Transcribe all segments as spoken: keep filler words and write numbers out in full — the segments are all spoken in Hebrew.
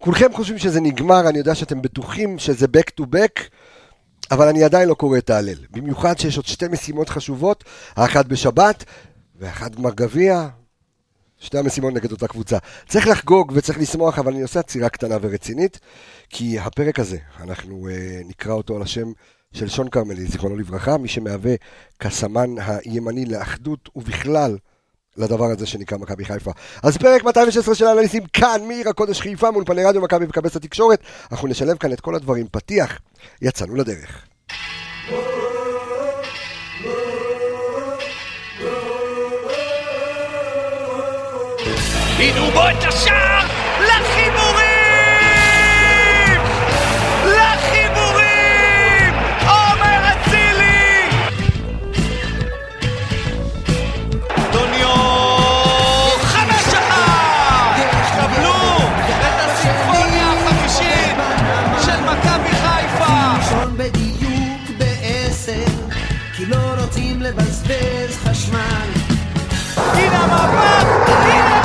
כולכם חושבים שזה נגמר, אני יודע שאתם בטוחים שזה back to back, אבל אני עדיין לא קורא את ההלל. במיוחד שיש עוד שתי משימות חשובות, האחת בשבת, ואחת גמר גביע, שתי המשימות נגד אותה קבוצה. צריך לחגוג וצריך לשמוח, אבל אני עושה צירה קטנה ורצינית, כי הפרק הזה, אנחנו אה, נקרא אותו על השם של שון קרמלי, זיכרונו לברכה, מי שמהווה כסמן הימני לאחדות ובכלל לדבר הזה שנקרא מכבי חיפה. אז פרק מאתיים ושש עשרה של האנליסטים כאן, מעיר הקודש חיפה, מול פני רדיו מכבי וקבץ התקשורת. אנחנו נשלב כאן את כל הדברים. פתיח, יצאנו לדרך. הנה בוא את השער לחיבורים! לחיבורים! עומר אצילי! דוניו! חמש אחת! קבלו את הסימפוניה החמישית של מכבי חיפה! ראשון בדיוק בעשר, כי לא רוצים לבזבז חשמל. הנה המאבק! הנה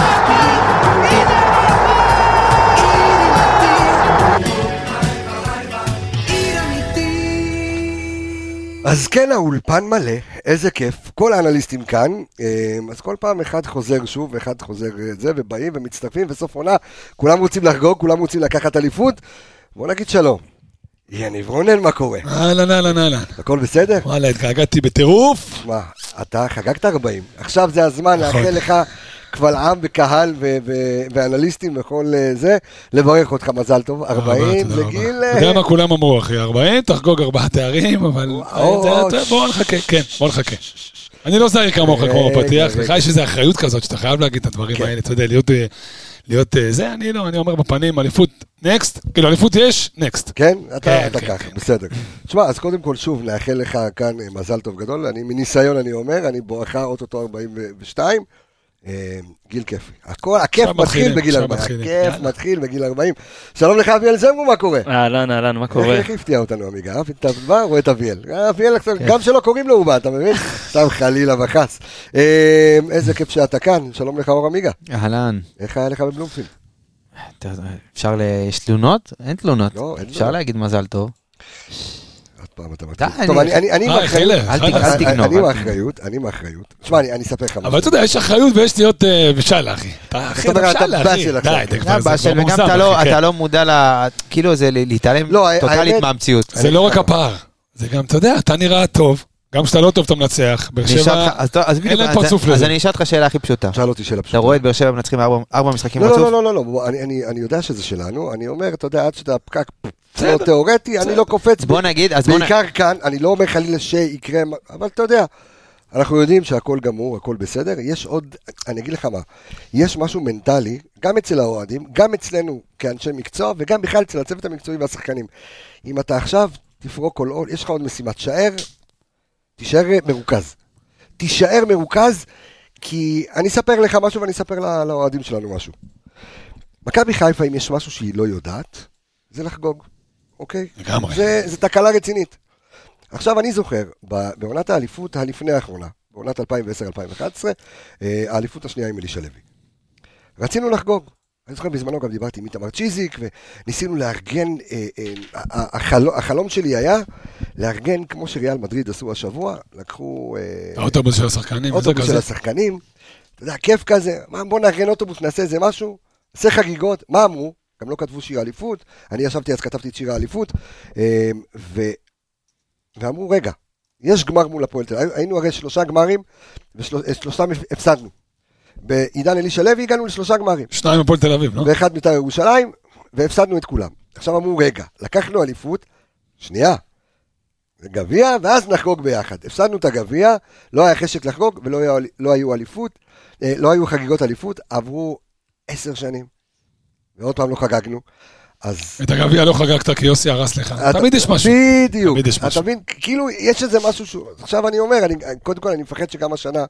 אז כן, האולפן מלא, איזה כיף, כל האנליסטים כאן, אז כל פעם אחד חוזר שוב, ואחד חוזר זה, ובאים ומצטרפים, וסוף עונה, כולם רוצים לחגוג, כולם רוצים לקחת אליפות, בוא נגיד שלום. יניב רונן, מה קורה? אהלן, אהלן, אהלן. הכל בסדר? וואלה, התגעגעתי בטירוף. מה, אתה חגגת ארבעים, עכשיו זה הזמן לאחל לך קבל עם וקהל ואנליסטים וכל זה, לברך אותך מזל טוב, ארבעים זה גיל... אתה יודע מה כולם אמרו אחי, ארבעים, תחגוג ארבעה תארים, אבל בואו נחכה, כן, בואו נחכה. אני לא זהיר כמוך כמו בפתיח, לך יש איזו אחריות כזאת שאתה חייב להגיד את הדברים האלה, אתה יודע, להיות זה, אני לא, אני אומר בפנים, אליפות נקסט, כאילו אליפות יש, נקסט. כן, אתה ככה, בסדר. תשמע, אז קודם כל שוב, נאחל לך כאן מזל טוב גדול, אני מניסיון אני אומר, אני בואכה אוטוטו ארבעים ושתיים, גיל כיפי. הכל, הכיף מתחיל בגיל ארבעים. הכיף מתחיל בגיל ארבעים. שלום לך אביאל זמרו, מה קורה? אהלן, אהלן, מה קורה? איך הפתיע אותנו עמיגה? אתה בא, רואה את אביאל. אביאל, גם שלא קוראים לו הוא בא, אתה מבין? סתם חלילה וחס. איזה כיף שאתה כאן. שלום לך אור עמיגה. אהלן. איך היה לך בבלומפילד? אפשר, יש תלונות? אין תלונות. אפשר להגיד מזל טוב. פעם אתה מתחיל. טוב, אני מאחריות, אני מאחריות. תשמע, אני אספר לך. אבל אתה יודע, יש אחריות ויש להיות בשל, אחי. אתה אחי, אתה בשל, אחי. די, וגם אתה לא מודע, כאילו זה להתעלם טוטלית מהמציאות. זה לא רק הפער. זה גם, אתה יודע, אתה נראה טוב. גם שאתה לא טוב, אתה מנצח. באר שבע, אין להם פרצוף לזה. אז אני אשאל אותך שאלה הכי פשוטה. שאל אותי שאלה פשוטה. אתה רואה את באר שבע מנצחים ארבע משחקים רצוף? לא, לא, לא, לא. אני יודע שזה שלנו. אני אומר, אתה יודע, עד שאתה פקק לא תיאורטי, אני לא קופץ. בוא נגיד, אז בעיקר כאן, אני לא אומר חלילה שיקרה, אבל אתה יודע, אנחנו יודעים שהכל גמור, הכל בסדר. יש עוד, אני אגיד לך מה, יש משהו מנטלי, גם אצל האוהדים, גם אצלנו כאנשי מקצוע, וגם בכלל אצל הצוות המקצועי והשחקנים. אם אתה עכשיו תפרוק כל עוד, יש לך עוד משימה, תשאר, תישאר מרוכז. תישאר מרוכז, כי אני אספר לך משהו ואני אספר לאוהדים שלנו משהו. מכבי חיפה, אם יש משהו שהיא לא יודעת, זה לחגוג. אוקיי? לגמרי. זה, זה תקלה רצינית. עכשיו אני זוכר, בעונת האליפות הלפני האחרונה, בעונת אלפיים ועשר אלפיים ואחת עשרה, האליפות השנייה עם אלישע לוי. רצינו לחגוג. אני זוכר בזמנו גם דיברתי עם איתמר צ'יזיק, וניסינו לארגן, אה, אה, החל, החלום שלי היה לארגן, כמו שריאל מדריד עשו השבוע, לקחו... אה, האוטובוס של השחקנים. האוטובוס של השחקנים. אתה יודע, כיף כזה, מה, בוא נארגן אוטובוס, נעשה איזה משהו, נעשה חגיגות, מה אמרו? גם לא כתבו שיר האליפות, אני ישבתי אז כתבתי את שיר האליפות, ו... ואמרו רגע, יש גמר מול הפועל תל אביב, היינו הרי שלושה גמרים, ושלושה הפסדנו. בעידן אלישע לוי הגענו לשלושה גמרים. שניים הפועל תל אביב, לא? ואחד בית"ר ירושלים, והפסדנו את כולם. עכשיו אמרו רגע, לקחנו אליפות, שנייה, גביע, ואז נחגוג ביחד. הפסדנו את הגביע, לא היה חשק לחגוג, ולא היה, לא היו אליפות, לא היו חגיגות אליפות, עברו עשר שנים. ועוד פעם לא חגגנו, אז... את הגביע לא חגגת כי יוסי הרס לך, תמיד יש משהו. בדיוק, אתה מבין, כאילו יש איזה משהו שהוא, עכשיו אני אומר, קודם כל אני מפחד שגם השנה...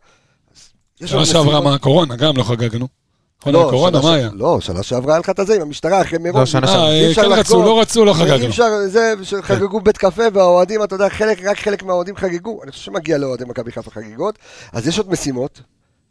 שנה שעברה מהקורונה, גם לא חגגנו. קורונה, מה היה? לא, שנה שעברה הלכת הזה עם המשטרה אחרי מירון. לא, שנה שעברה. כן רצו, לא רצו, לא חגגנו. אי אפשר, זה, שחגגו בית קפה, והאוהדים, אתה יודע, רק חלק מהאוהדים חגגו, אני חושב שמגיע לאוהדים מכבי חיפה חגיגות, אז יש עוד משימות,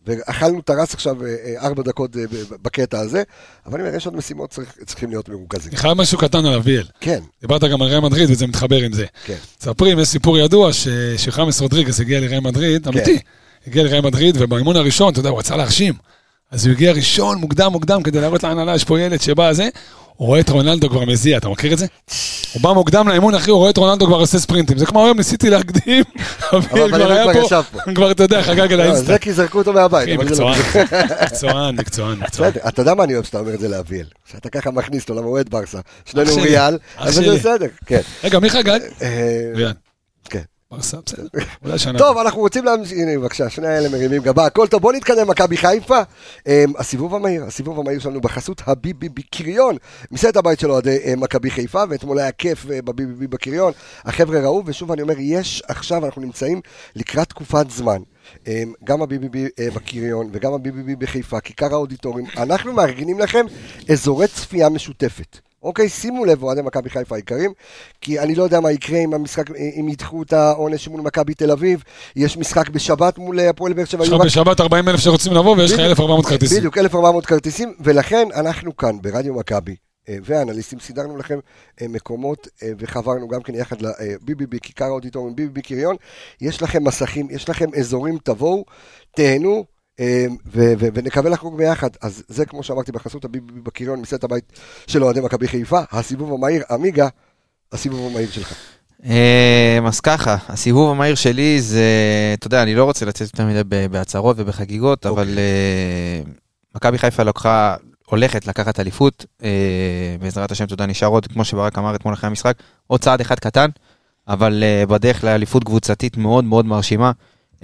ואכלנו טרס עכשיו ארבע דקות בקטע הזה, אבל אני אומר, יש עוד משימות צריכים להיות מרוכזים. אני חייב משהו קטן על אביאל. כן. דיברת גם על ריאל מדריד, וזה מתחבר עם זה. כן. ספרים, יש סיפור ידוע, שחמאס רודריגס הגיע לריאל מדריד, אמיתי, הגיע לריאל מדריד, ובאימון הראשון, אתה יודע, הוא רצה להרשים. אז הוא הגיע ראשון, מוקדם, מוקדם, כדי להראות להנהלה, יש פה ילד שבא הזה, הוא רואה את רונלדו כבר מזיע, אתה מכיר את זה? הוא בא מוקדם לאימון, אחי, הוא רואה את רונלדו כבר עושה ספרינטים. זה כמו היום, ניסיתי להקדים, אביאל כבר היה פה, כבר, אתה יודע, חגג על האינסטה. זה כי זרקו אותו מהבית. מקצוען, מקצוען, מקצוען, מקצוען. אתה יודע מה אני אוהב שאתה אומר את זה לאביאל? שאתה ככה מכניס אותו, למה הוא את ברסה. שנינו ריאל, אבל זה בסדר, כן. רגע, מי חגג? ריאל. כן. ברסה, בסדר. אולי שנה. טוב, אנחנו רוצים להמשיך, הנה, בבקשה, שני האלה מרימים גבה, הכל טוב, בוא נתקדם, מכבי חיפה. הסיבוב המהיר, הסיבוב המהיר שלנו בחסות הבי-בי-בי קריון, מסעד הבית שלו עד מכבי חיפה, ואתמול היה כיף בבי-בי-בי בקריון, החבר'ה ראו, ושוב אני אומר, יש עכשיו, אנחנו נמצאים לקראת תקופת זמן, גם הבי-בי-בי בקריון, וגם הבי-בי-בי בחיפה, כיכר האודיטורים, אנחנו מארגנים לכם אזורי צפייה משותפת. אוקיי, שימו לב, אוהדי מכבי חיפה היקרים, כי אני לא יודע מה יקרה עם המשחק, אם ידחו את העונש מול מכבי תל אביב, יש משחק בשבת מול הפועל באר שבע. יש לך בשבת ארבעים אלף שרוצים לבוא, ויש לך אלף וארבע מאות כרטיסים. בדיוק, אלף וארבע מאות כרטיסים, ולכן אנחנו כאן ברדיו מכבי, והאנליסטים סידרנו לכם מקומות, וחברנו גם כן יחד לבי-בי-בי, כיכר האודיטורים, בי-בי-בי קריון, יש לכם מסכים, יש לכם אזורים, תבואו, תהנו, ונקווה לחגוג ביחד. אז זה כמו שאמרתי בחסות הבי-בי-בי בקריון, מסעד הבית של אוהדי מכבי חיפה, הסיבוב המהיר, עמיגה, הסיבוב המהיר שלך. אז ככה, הסיבוב המהיר שלי זה, אתה יודע, אני לא רוצה לצאת יותר מדי בהצהרות ובחגיגות, אבל מכבי חיפה לקחה, הולכת לקחת אליפות, בעזרת השם, תודה, נשאר עוד, כמו שברק אמר אתמול אחרי המשחק, עוד צעד אחד קטן, אבל בדרך לאליפות קבוצתית מאוד מאוד מרשימה,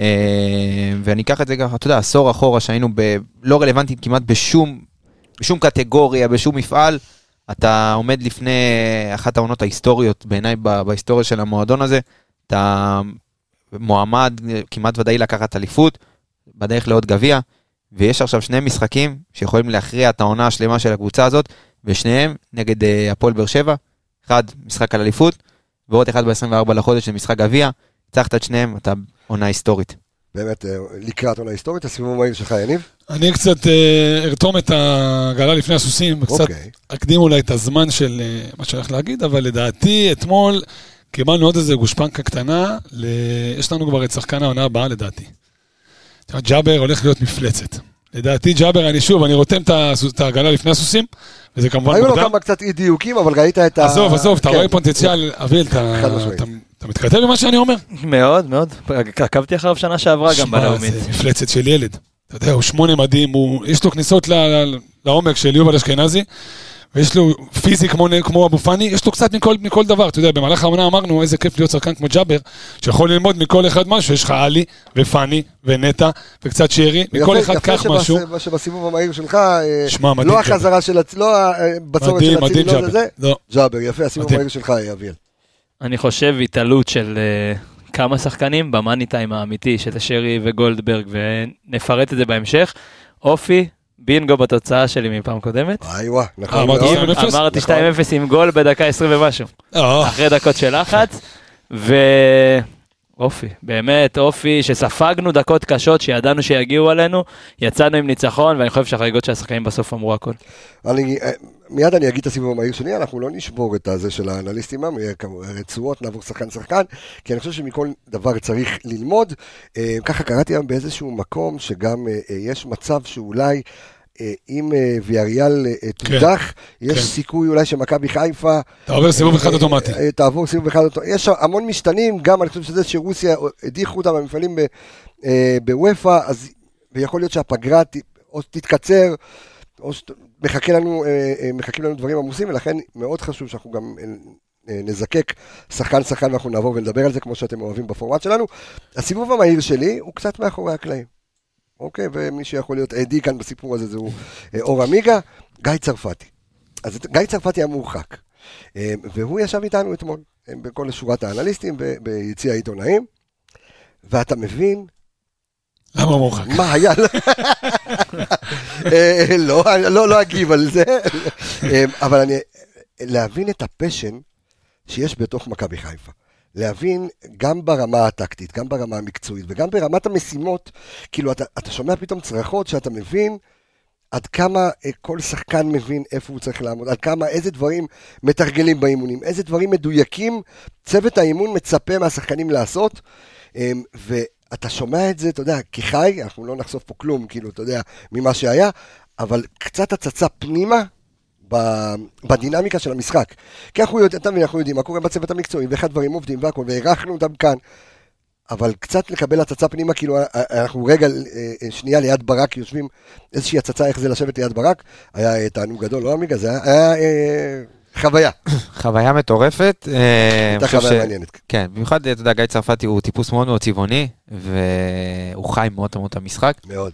ואני אקח את זה גם, אתה יודע, עשור אחורה שהיינו לא רלוונטיים כמעט בשום, בשום קטגוריה, בשום מפעל, אתה עומד לפני אחת העונות ההיסטוריות, בעיניי בהיסטוריה של המועדון הזה, אתה מועמד כמעט ודאי לקחת אליפות, בדרך לעוד גביע, ויש עכשיו שני משחקים שיכולים להכריע את העונה השלמה של הקבוצה הזאת, ושניהם נגד הפועל באר שבע, אחד משחק על אליפות, ועוד אחד ב-עשרים וארבעה לחודש של משחק גביע, הצלחת את שניהם, אתה עונה היסטורית. באמת, לקראת עונה היסטורית, הסיבוב המהיר שלך, יניב? אני קצת ארתום את הגלה לפני הסוסים, וקצת אקדים אולי את הזמן של מה שהולך להגיד, אבל לדעתי, אתמול קיבלנו עוד איזה גושפנקה קטנה, יש לנו כבר את שחקן העונה הבאה, לדעתי. ג'אבר הולך להיות מפלצת. לדעתי ג'אבר, אני שוב, אני רותם את הגלה לפני הסוסים, וזה כמובן מוקדם. היו לו כמה קצת אי דיוקים, אבל ראית את ה... עזוב, עזוב, אתה רואה פוטנציאל, אביל, אתה מתכתב עם מה שאני אומר? מאוד, מאוד. עקבתי אחריו שנה שעברה גם בנאומית. זה מפלצת של ילד. אתה יודע, הוא שמונה מדהים, יש לו כניסות לעומק של יובל אשכנזי, ויש לו פיזי כמו אבו פאני, יש לו קצת מכל, מכל דבר, אתה יודע, במהלך העונה אמרנו איזה כיף להיות שחקן כמו ג'אבר, שיכול ללמוד מכל אחד משהו, יש לך אלי ופאני ונטע וקצת שרי, מכל אחד כך משהו. יפה שבסיבוב המהיר שלך, שמה, מדהים, לא החזרה של, לא הבצורת של הצילי, לא זה, לא. ג'אבר, יפה, הסיבוב המהיר שלך, אביאל. אני חושב התעלות של uh, כמה שחקנים במאני טיים האמיתי, של שרי וגולדברג, ונפרט את זה בהמשך. אופי, בינגו בתוצאה שלי מפעם קודמת. איווה, נכון. אמרתי שתיים אפס עם גול בדקה עשרים ומשהו. אחרי דקות של לחץ, ואופי, באמת אופי שספגנו דקות קשות שידענו שיגיעו עלינו, יצאנו עם ניצחון, ואני חושב שהחגיגות של השחקנים בסוף אמרו הכל. אני, מיד אני אגיד את הסיבוב המהיר שני, אנחנו לא נשבור את הזה של האנליסטים, רצועות, נעבור שחקן שחקן, כי אני חושב שמכל דבר צריך ללמוד. ככה קראתי היום באיזשהו מקום, שגם יש מצב שאולי, אם ויאריאל תודח, יש סיכוי אולי שמכבי חיפה תעבור סיבוב אחד אוטומטי. תעבור סיבוב אחד אוטומטי. יש המון משתנים, גם אני חושב שזה שרוסיה הדיחו אותם במפעלים בוופא, אז ויכול להיות שהפגרה או תתקצר, או מחכים לנו, מחכים לנו דברים עמוסים, ולכן מאוד חשוב שאנחנו גם נזקק שחקן שחקן, ואנחנו נעבור ונדבר על זה כמו שאתם אוהבים בפורמט שלנו. הסיבוב המהיר שלי הוא קצת מאחורי הקלעים. אוקיי, ומי שיכול להיות עדי כאן בסיפור הזה זהו אור עמיגה, גיא צרפתי. אז גיא צרפתי היה מורחק, והוא ישב איתנו אתמול, בכל שורת האנליסטים, ביציע העיתונאים, ואתה מבין, למה מורחק? מה היה? לא, לא, לא אגיב על זה, אבל אני, להבין את הפשן שיש בתוך מכבי חיפה. להבין גם ברמה הטקטית, גם ברמה המקצועית, וגם ברמת המשימות, כאילו אתה, אתה שומע פתאום צרחות שאתה מבין עד כמה כל שחקן מבין איפה הוא צריך לעמוד, עד כמה, איזה דברים מתרגלים באימונים, איזה דברים מדויקים, צוות האימון מצפה מהשחקנים לעשות, ואתה שומע את זה, אתה יודע, כחי, אנחנו לא נחשוף פה כלום, כאילו, אתה יודע, ממה שהיה, אבל קצת הצצה פנימה, בדינמיקה של המשחק. כי אנחנו יודעים, אתה מבין, אנחנו יודעים מה קורה בצוות המקצועי, ואיך הדברים עובדים והכל, והערכנו אותם כאן, אבל קצת לקבל הצצה פנימה, כאילו אנחנו רגע, שנייה ליד ברק, יושבים איזושהי הצצה איך זה לשבת ליד ברק, היה תענוג גדול, לא עמיגה, זה היה חוויה. חוויה מטורפת. הייתה חוויה מעניינת. כן, במיוחד, אתה יודע, גיא צרפתי הוא טיפוס מאוד מאוד צבעוני, והוא חי מאוד מאוד המשחק. מאוד.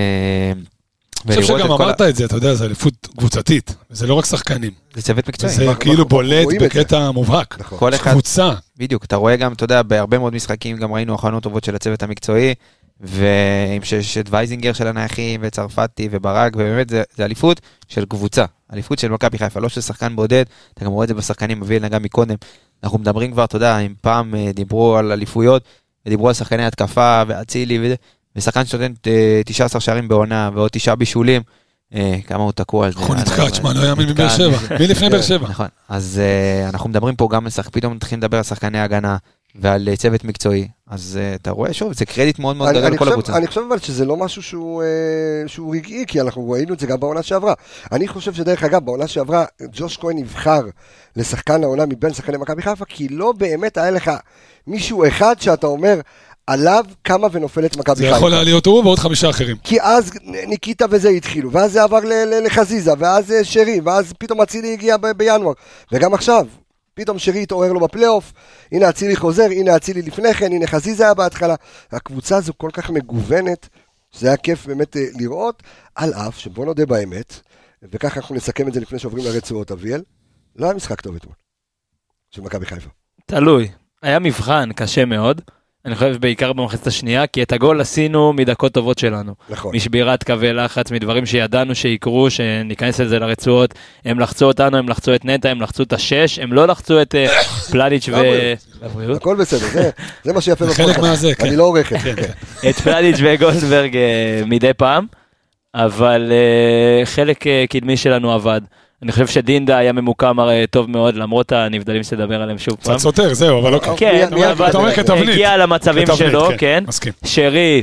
אני חושב שגם אמרת את זה, אתה יודע, זה אליפות קבוצתית, זה לא רק שחקנים. זה צוות מקצועי. זה כאילו בולט בקטע מובהק. כל אחד, קבוצה. בדיוק, אתה רואה גם, אתה יודע, בהרבה מאוד משחקים, גם ראינו הכנות טובות של הצוות המקצועי, ועם ששת וייזינגר של הנייחים, וצרפתי וברק, ובאמת זה אליפות של קבוצה. אליפות של מכבי חיפה, לא של שחקן בודד, אתה גם רואה את זה בשחקנים, מביא לנגע מקודם. אנחנו מדברים כבר, אתה יודע, אם פעם דיברו על אליפויות, ודיברו על שחקני התקפה, ואצילי וזה, ושחקן שנותן תשעה עשר שערים בעונה, ועוד תשעה בישולים, כמה הוא תקוע על זה. נכון, נתקע, תשמע, לא היה מבאר שבע, מי לפני באר שבע. נכון, אז אנחנו מדברים פה גם, פתאום מתחילים לדבר על שחקני ההגנה, ועל צוות מקצועי, אז אתה רואה, שוב, זה קרדיט מאוד מאוד גדול לכל הקבוצה. אני חושב אבל שזה לא משהו שהוא רגעי, כי אנחנו ראינו את זה גם בעונה שעברה. אני חושב שדרך אגב, בעונה שעברה, ג'וש כהן נבחר לשחקן העונה מבין שחקני מכבי חיפה, כי לא באמת היה לך מישהו אחד שאתה אומר, עליו כמה ונופלת מכבי חיפה. זה יכול להיות הוא ועוד חמישה אחרים. כי אז ניקיטה וזה התחילו, ואז זה עבר לחזיזה, ואז שרי, ואז פתאום אצילי הגיע בינואר, וגם עכשיו, פתאום שרי התעורר לו בפלייאוף, הנה אצילי חוזר, הנה אצילי לפני כן, הנה חזיזה היה בהתחלה. הקבוצה הזו כל כך מגוונת, שזה היה כיף באמת לראות, על אף שבוא נודה באמת, וככה אנחנו נסכם את זה לפני שעוברים לרצועות אביאל, לא היה משחק טוב אתמול, של מכבי חיפה. תלוי, היה מבחן קשה מאוד, אני חושב בעיקר במחצית השנייה, כי את הגול עשינו מדקות טובות שלנו. נכון. משבירת קווי לחץ, מדברים שידענו שיקרו, שניכנס לזה לרצועות, הם לחצו אותנו, הם לחצו את נטע, הם לחצו את השש, הם לא לחצו את פלניץ' ו... הכל בסדר, זה מה שיפה. חלק מהזה, כן. אני לא עורך את זה. את פלניץ' וגולדברג מדי פעם, אבל חלק קדמי שלנו עבד. אני חושב שדינדה היה ממוקם טוב מאוד, למרות הנבדלים שתדבר עליהם שוב פעם. קצת סותר, זהו, אבל לא ככה. כן, הגיע למצבים שלו, כן. שרי,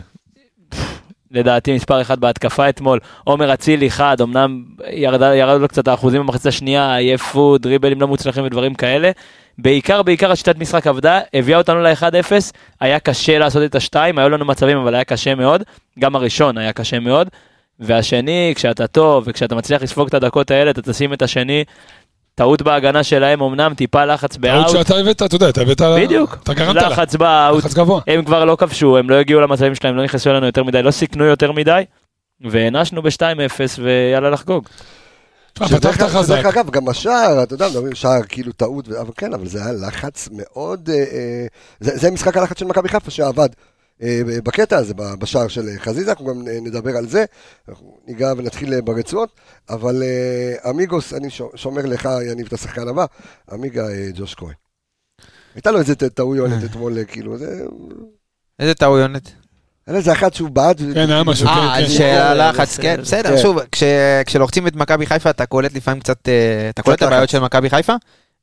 לדעתי מספר אחד בהתקפה אתמול, עומר אצילי אחד, אמנם ירד לו קצת האחוזים במחצית השנייה, עייפות, דריבלים לא מוצלחים ודברים כאלה. בעיקר, בעיקר השיטת משחק עבדה, הביאה אותנו ל-אחד אפס, היה קשה לעשות את השתיים, היו לנו מצבים, אבל היה קשה מאוד. גם הראשון היה קשה מאוד. והשני, כשאתה טוב, וכשאתה מצליח לספוג את הדקות האלה, אתה תשים את השני, טעות בהגנה שלהם, אמנם טיפה לחץ באאוט. טעות שאתה הבאת, אתה יודע, אתה הבאת... בדיוק. אתה גרמת לה. לחץ באאוט. לחץ גבוה. הם כבר לא כבשו, הם לא הגיעו למצבים שלהם, לא נכנסו אלינו יותר מדי, לא סיכנו יותר מדי, והנשנו ב-שתיים אפס, ויאללה לחגוג. פתחת חזק. דרך אגב, גם השער, אתה יודע, שער כאילו טעות, אבל כן, אבל זה היה לחץ מאוד... זה משחק הלחץ של מכבי חיפה שעבד. בקטע הזה, בשער של חזיזה, אנחנו גם נדבר על זה, אנחנו ניגע ונתחיל ברצועות, אבל אמיגוס, אני שומר לך, יניב את השחקן הבא, אמיגה ג'וש כהן. הייתה לו איזה טעויונת אתמול, כאילו, זה... איזה טעויונת? אלא זה אחד שהוא בעד... כן, היה משהו, כן, כן. שהלחץ, כן, בסדר, שוב, כשלוחצים את מכבי חיפה, אתה קולט לפעמים קצת, אתה קולט את הבעיות של מכבי חיפה,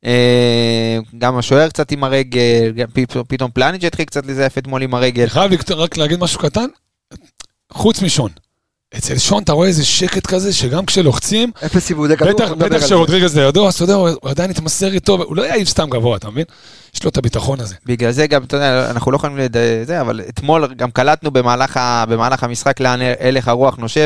גם השוער קצת עם הרגל, פתאום פלניץ' התחיל קצת לזייף אתמול עם הרגל. אני חייב רק להגיד משהו קטן, חוץ משון. אצל שון אתה רואה איזה שקט כזה, שגם כשלוחצים, אפס עיבודי כדור, בטח שרודריגז לידו, אז אתה יודע, הוא עדיין התמסר איתו, הוא לא יעיב סתם גבוה, אתה מבין? יש לו את הביטחון הזה. בגלל זה גם, אתה יודע, אנחנו לא יכולים לדעת זה, אבל אתמול גם קלטנו במהלך המשחק לאן הלך הרוח נושב,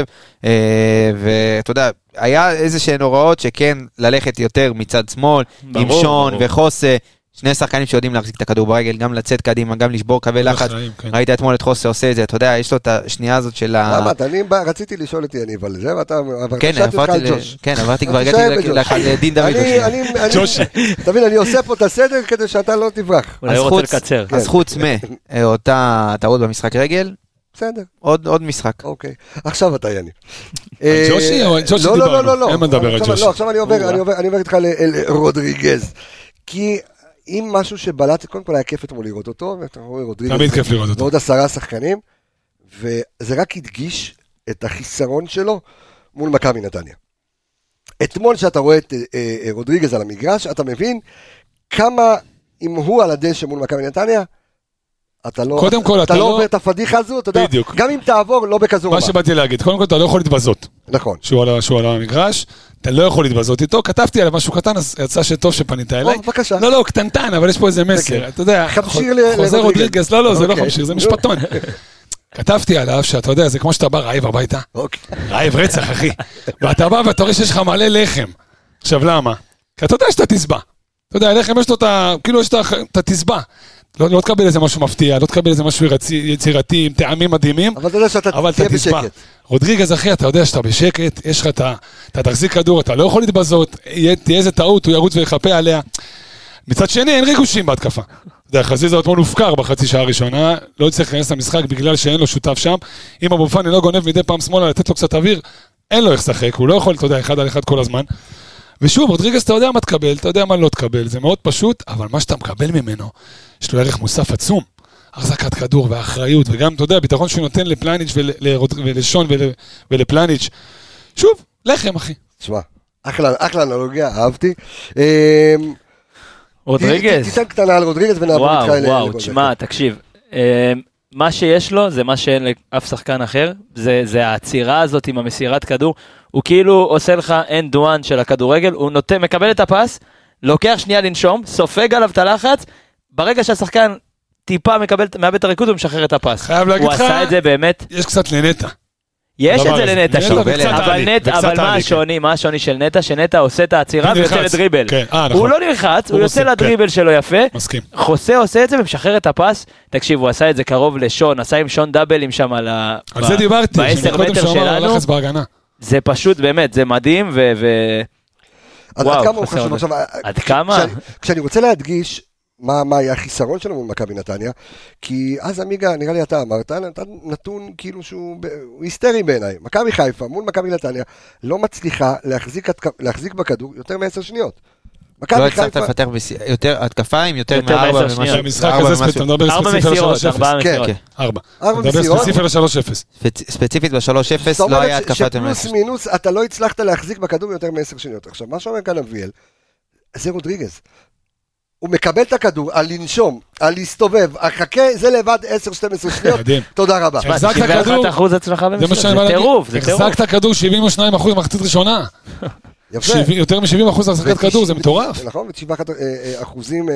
ואתה יודע, היה איזה שהן הוראות שכן ללכת יותר מצד שמאל, עם שון וחוסה, שני שחקנים שיודעים להחזיק את הכדור ברגל, גם לצאת קדימה, גם לשבור קווי לחץ. ראית אתמול את חוסה עושה את זה, אתה יודע, יש לו את השנייה הזאת של ה... למה, אני רציתי לשאול אותי אני, אבל זה, ואתה... כן, עברתי כבר, הגעתי לדין דוד. ג'ושי. תבין, אני עושה פה את הסדר כדי שאתה לא תברח. אולי רוצה לקצר. אז חוץ מאותה טעות במשחק רגל, בסדר. עוד משחק. אוקיי, עכשיו אתה יניב. ג'ושי או ג'ושי דיברנו? לא, לא, לא. אין מה לדבר על ג'ושי. לא, עכשיו אני עובר איתך לרודריגז. כי אם משהו שבלט, קודם כל היה כיף אתמול לראות אותו, ואתה רואה רודריגז, תמיד כיף לראות אותו. ועוד עשרה שחקנים, וזה רק הדגיש את החיסרון שלו מול מכבי נתניה. אתמול שאתה רואה את אה, אה, רודריגז על המגרש, אתה מבין כמה, אם הוא על הדשא מול מכבי נתניה, אתה לא, קודם כל, אתה, אתה אתה לא לא עובר את הפדיחה הזו, אתה יודע, בדיוק. גם אם תעבור, לא בכזו רמה. מה שבאתי להגיד, קודם כל אתה לא יכול להתבזות. נכון. שהוא על, שהוא על המגרש, אתה לא יכול להתבזות איתו, כתבתי עליו משהו קטן, אז יצא שטוב שפנית אליי. או, בבקשה. לא, לא, קטנטן, אבל יש פה איזה מסר, אתה יודע, חמשיר חוזר רודריגז, לא, לא, זה לא אוקיי. חמשיר, זה משפטון. כתבתי עליו שאתה יודע, זה כמו שאתה בא רעב הביתה, אוקיי. רעב רצח, אחי, ואתה בא ואתה רואה שיש לך מלא לחם. עכשיו, למה? כי אתה יודע שאתה תסבע. אתה יודע, לחם יש לו את ה... כאילו יש את התסבע. לא, לא תקבל איזה משהו מפתיע, לא תקבל איזה משהו יצירתי, עם טעמים מדהימים, אבל אתה יודע שאתה תהיה בשקט. רודריגז, אחי, אתה יודע שאתה בשקט, יש לך את ה... אתה תחזיק כדור, אתה לא יכול להתבזות, תהיה איזה טעות, הוא ירוץ ויחפה עליה. מצד שני, אין ריגושים בהתקפה. אתה יודע, חזיזה אתמול הופקר בחצי שעה הראשונה, לא צריך להיכנס למשחק בגלל שאין לו שותף שם. אם אבו פאני לא גונב מדי פעם שמאלה, לתת לו קצת אוויר, אין לו איך לשחק, הוא לא יכול, אתה יודע, אחד על אחד כל הזמן. ושוב, רודריגז, אתה יודע מה תקבל, אתה יודע מה לא תקבל, זה מאוד פשוט, אבל מה שאתה מקבל ממנו, יש לו ערך מוסף עצום. החזקת כדור והאחריות, וגם, אתה יודע, ביטחון שהוא נותן לפלניץ' ולשון ולפלניץ'. שוב, לחם, אחי. תשמע, אחלה אנלוגיה, אהבתי. רודריגז. תיתן קטנה על רודריגז ונעבור איתך אליהם. וואו, וואו, תשמע, תקשיב. מה שיש לו זה מה שאין לאף שחקן אחר, זה, זה העצירה הזאת עם המסירת כדור, הוא כאילו עושה לך end one של הכדורגל, הוא נותן, מקבל את הפס, לוקח שנייה לנשום, סופג עליו את הלחץ, ברגע שהשחקן טיפה מקבל, מאבד את הריקוד, הוא משחרר את הפס. חייב להגיד לך, הוא עשה את זה באמת. יש קצת לנטה. יש את זה לנטה, אבל מה השוני, מה השוני של נטה? שנטה עושה את העצירה ויוצא לדריבל. הוא לא נלחץ, הוא יוצא לדריבל שלו יפה. מסכים. חוסה עושה את זה ומשחרר את הפס. תקשיב, הוא עשה את זה קרוב לשון, עשה עם שון דאבלים שם על ה... על זה דיברתי, בעשר מטר שלנו. זה פשוט באמת, זה מדהים ו... עד כמה הוא חשוב עכשיו? עד כמה? כשאני רוצה להדגיש מה, מה היה החיסרון שלו מול מכבי נתניה, כי אז עמיגה, נראה לי אתה אמרת, נתן נתון כאילו שהוא היסטרי בעיניי. מכבי חיפה מול מכבי נתניה לא מצליחה להחזיק, להחזיק בכדור יותר מעשר שניות. לא הצלחת לפתח יותר התקפה עם יותר מארבע ומשהו. המשחק הזה אתה מדבר ספציפית על שלוש אפס. ארבע. אתה מדבר ספציפית על שלוש אפס. ספציפית ב-שלוש אפס לא היה התקפה יותר מעשר. שפלוס מינוס אתה לא הצלחת להחזיק בכדור יותר מעשר שניות. עכשיו, מה שאומר כאן אביאל, זה רודריגז. הוא מקבל את הכדור, על לנשום, על להסתובב, החכה, זה לבד עשר שתים עשרה שניות, תודה רבה. שבעים ואחד אחוז הצלחה במשחק, זה טירוף, זה טירוף. החזקת הכדור שבעים ושניים אחוז מחצית ראשונה. יותר מ-שבעים אחוז החזקת כדור, זה מטורף. נכון, ו-שבעה אחוזים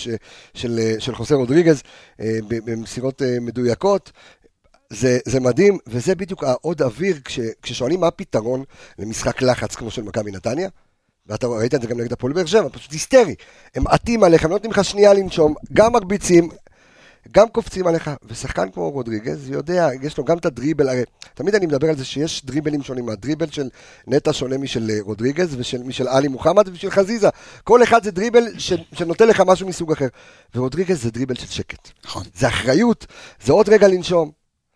של חוסה רודריגז במסירות מדויקות, זה מדהים, וזה בדיוק העוד אוויר, כששואלים מה הפתרון למשחק לחץ כמו של מכבי נתניה, ואתה ראית את זה גם נגד הפועל באר שבע, פשוט היסטרי. הם עטים עליך, הם נותנים לך שנייה לנשום, גם מרביצים, גם קופצים עליך, ושחקן כמו רודריגז יודע, יש לו גם את הדריבל, הרי תמיד אני מדבר על זה שיש דריבלים שונים, הדריבל של נטה שונה משל רודריגז, ומשל אלי מוחמד ושל חזיזה. כל אחד זה דריבל שנותן לך משהו מסוג אחר. ורודריגז זה דריבל של שקט. נכון. זה אחריות, זה עוד רגע לנשום.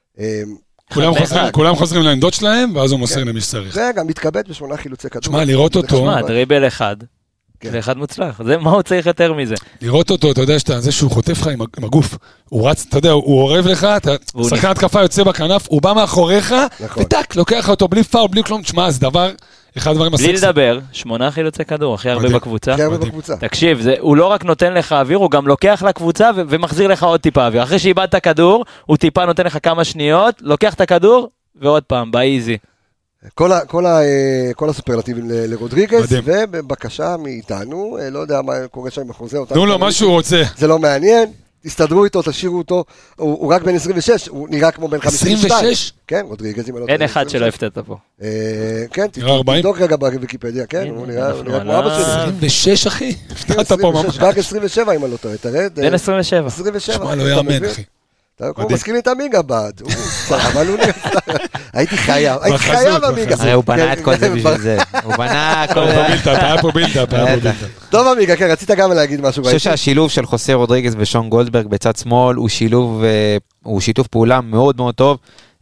כולם חוזרים לעמדות שלהם, ואז הוא מוסר למי שצריך. זה גם מתכבד בשמונה חילוצי כדור. שמע, לראות אותו... שמע, דריבל אחד, ואחד מוצלח. מה הוא צריך יותר מזה? לראות אותו, אתה יודע שאתה, זה שהוא חוטף לך עם הגוף. הוא רץ, אתה יודע, הוא עורב לך, שחקן התקפה יוצא בכנף, הוא בא מאחוריך, וטק, לוקח אותו בלי פאול, בלי כלום. תשמע, זה דבר... בלי לדבר, שמונה חילוצי כדור, הכי הרבה בקבוצה. הכי הרבה בקבוצה. תקשיב, הוא לא רק נותן לך אוויר, הוא גם לוקח לקבוצה ומחזיר לך עוד טיפה אוויר. אחרי שאיבדת הכדור, הוא טיפה נותן לך כמה שניות, לוקח את הכדור, ועוד פעם, באיזי. כל הסופרלטיבים לרודריגז, ובבקשה מאיתנו, לא יודע מה קורה שם עם החוזה. תנו לו מה שהוא רוצה. זה לא מעניין. תסתדרו איתו, תשאירו אותו, הוא, הוא רק בן עשרים ושש, הוא נראה כמו בן חמישים ושתיים. עשרים ושש? כן, רודריגז. אין אחד שלא הפתעת פה. כן, תבדוק רגע בוויקיפדיה, כן, הוא נראה כמו אבא שלי. עשרים ושש אחי? הפתעת פה ממש. רק עשרים ושבע אם אני לא טועה, תרד. בן עשרים ושבע. עשרים ושבע. שמע, לא יאמן אחי. הוא מסכים לי את המיגה בד, אבל הוא נראה, הייתי חייב, הייתי חייב המיגה. הרי הוא בנה את כל זה בשביל זה, הוא בנה כל זה. היה פה בילדאפ, היה פה בילדאפ. טוב המיגה, כן, רצית גם להגיד משהו. אני חושב שהשילוב של חוסה רודריגז ושון גולדברג בצד שמאל הוא שילוב, הוא שיתוף פעולה מאוד מאוד טוב.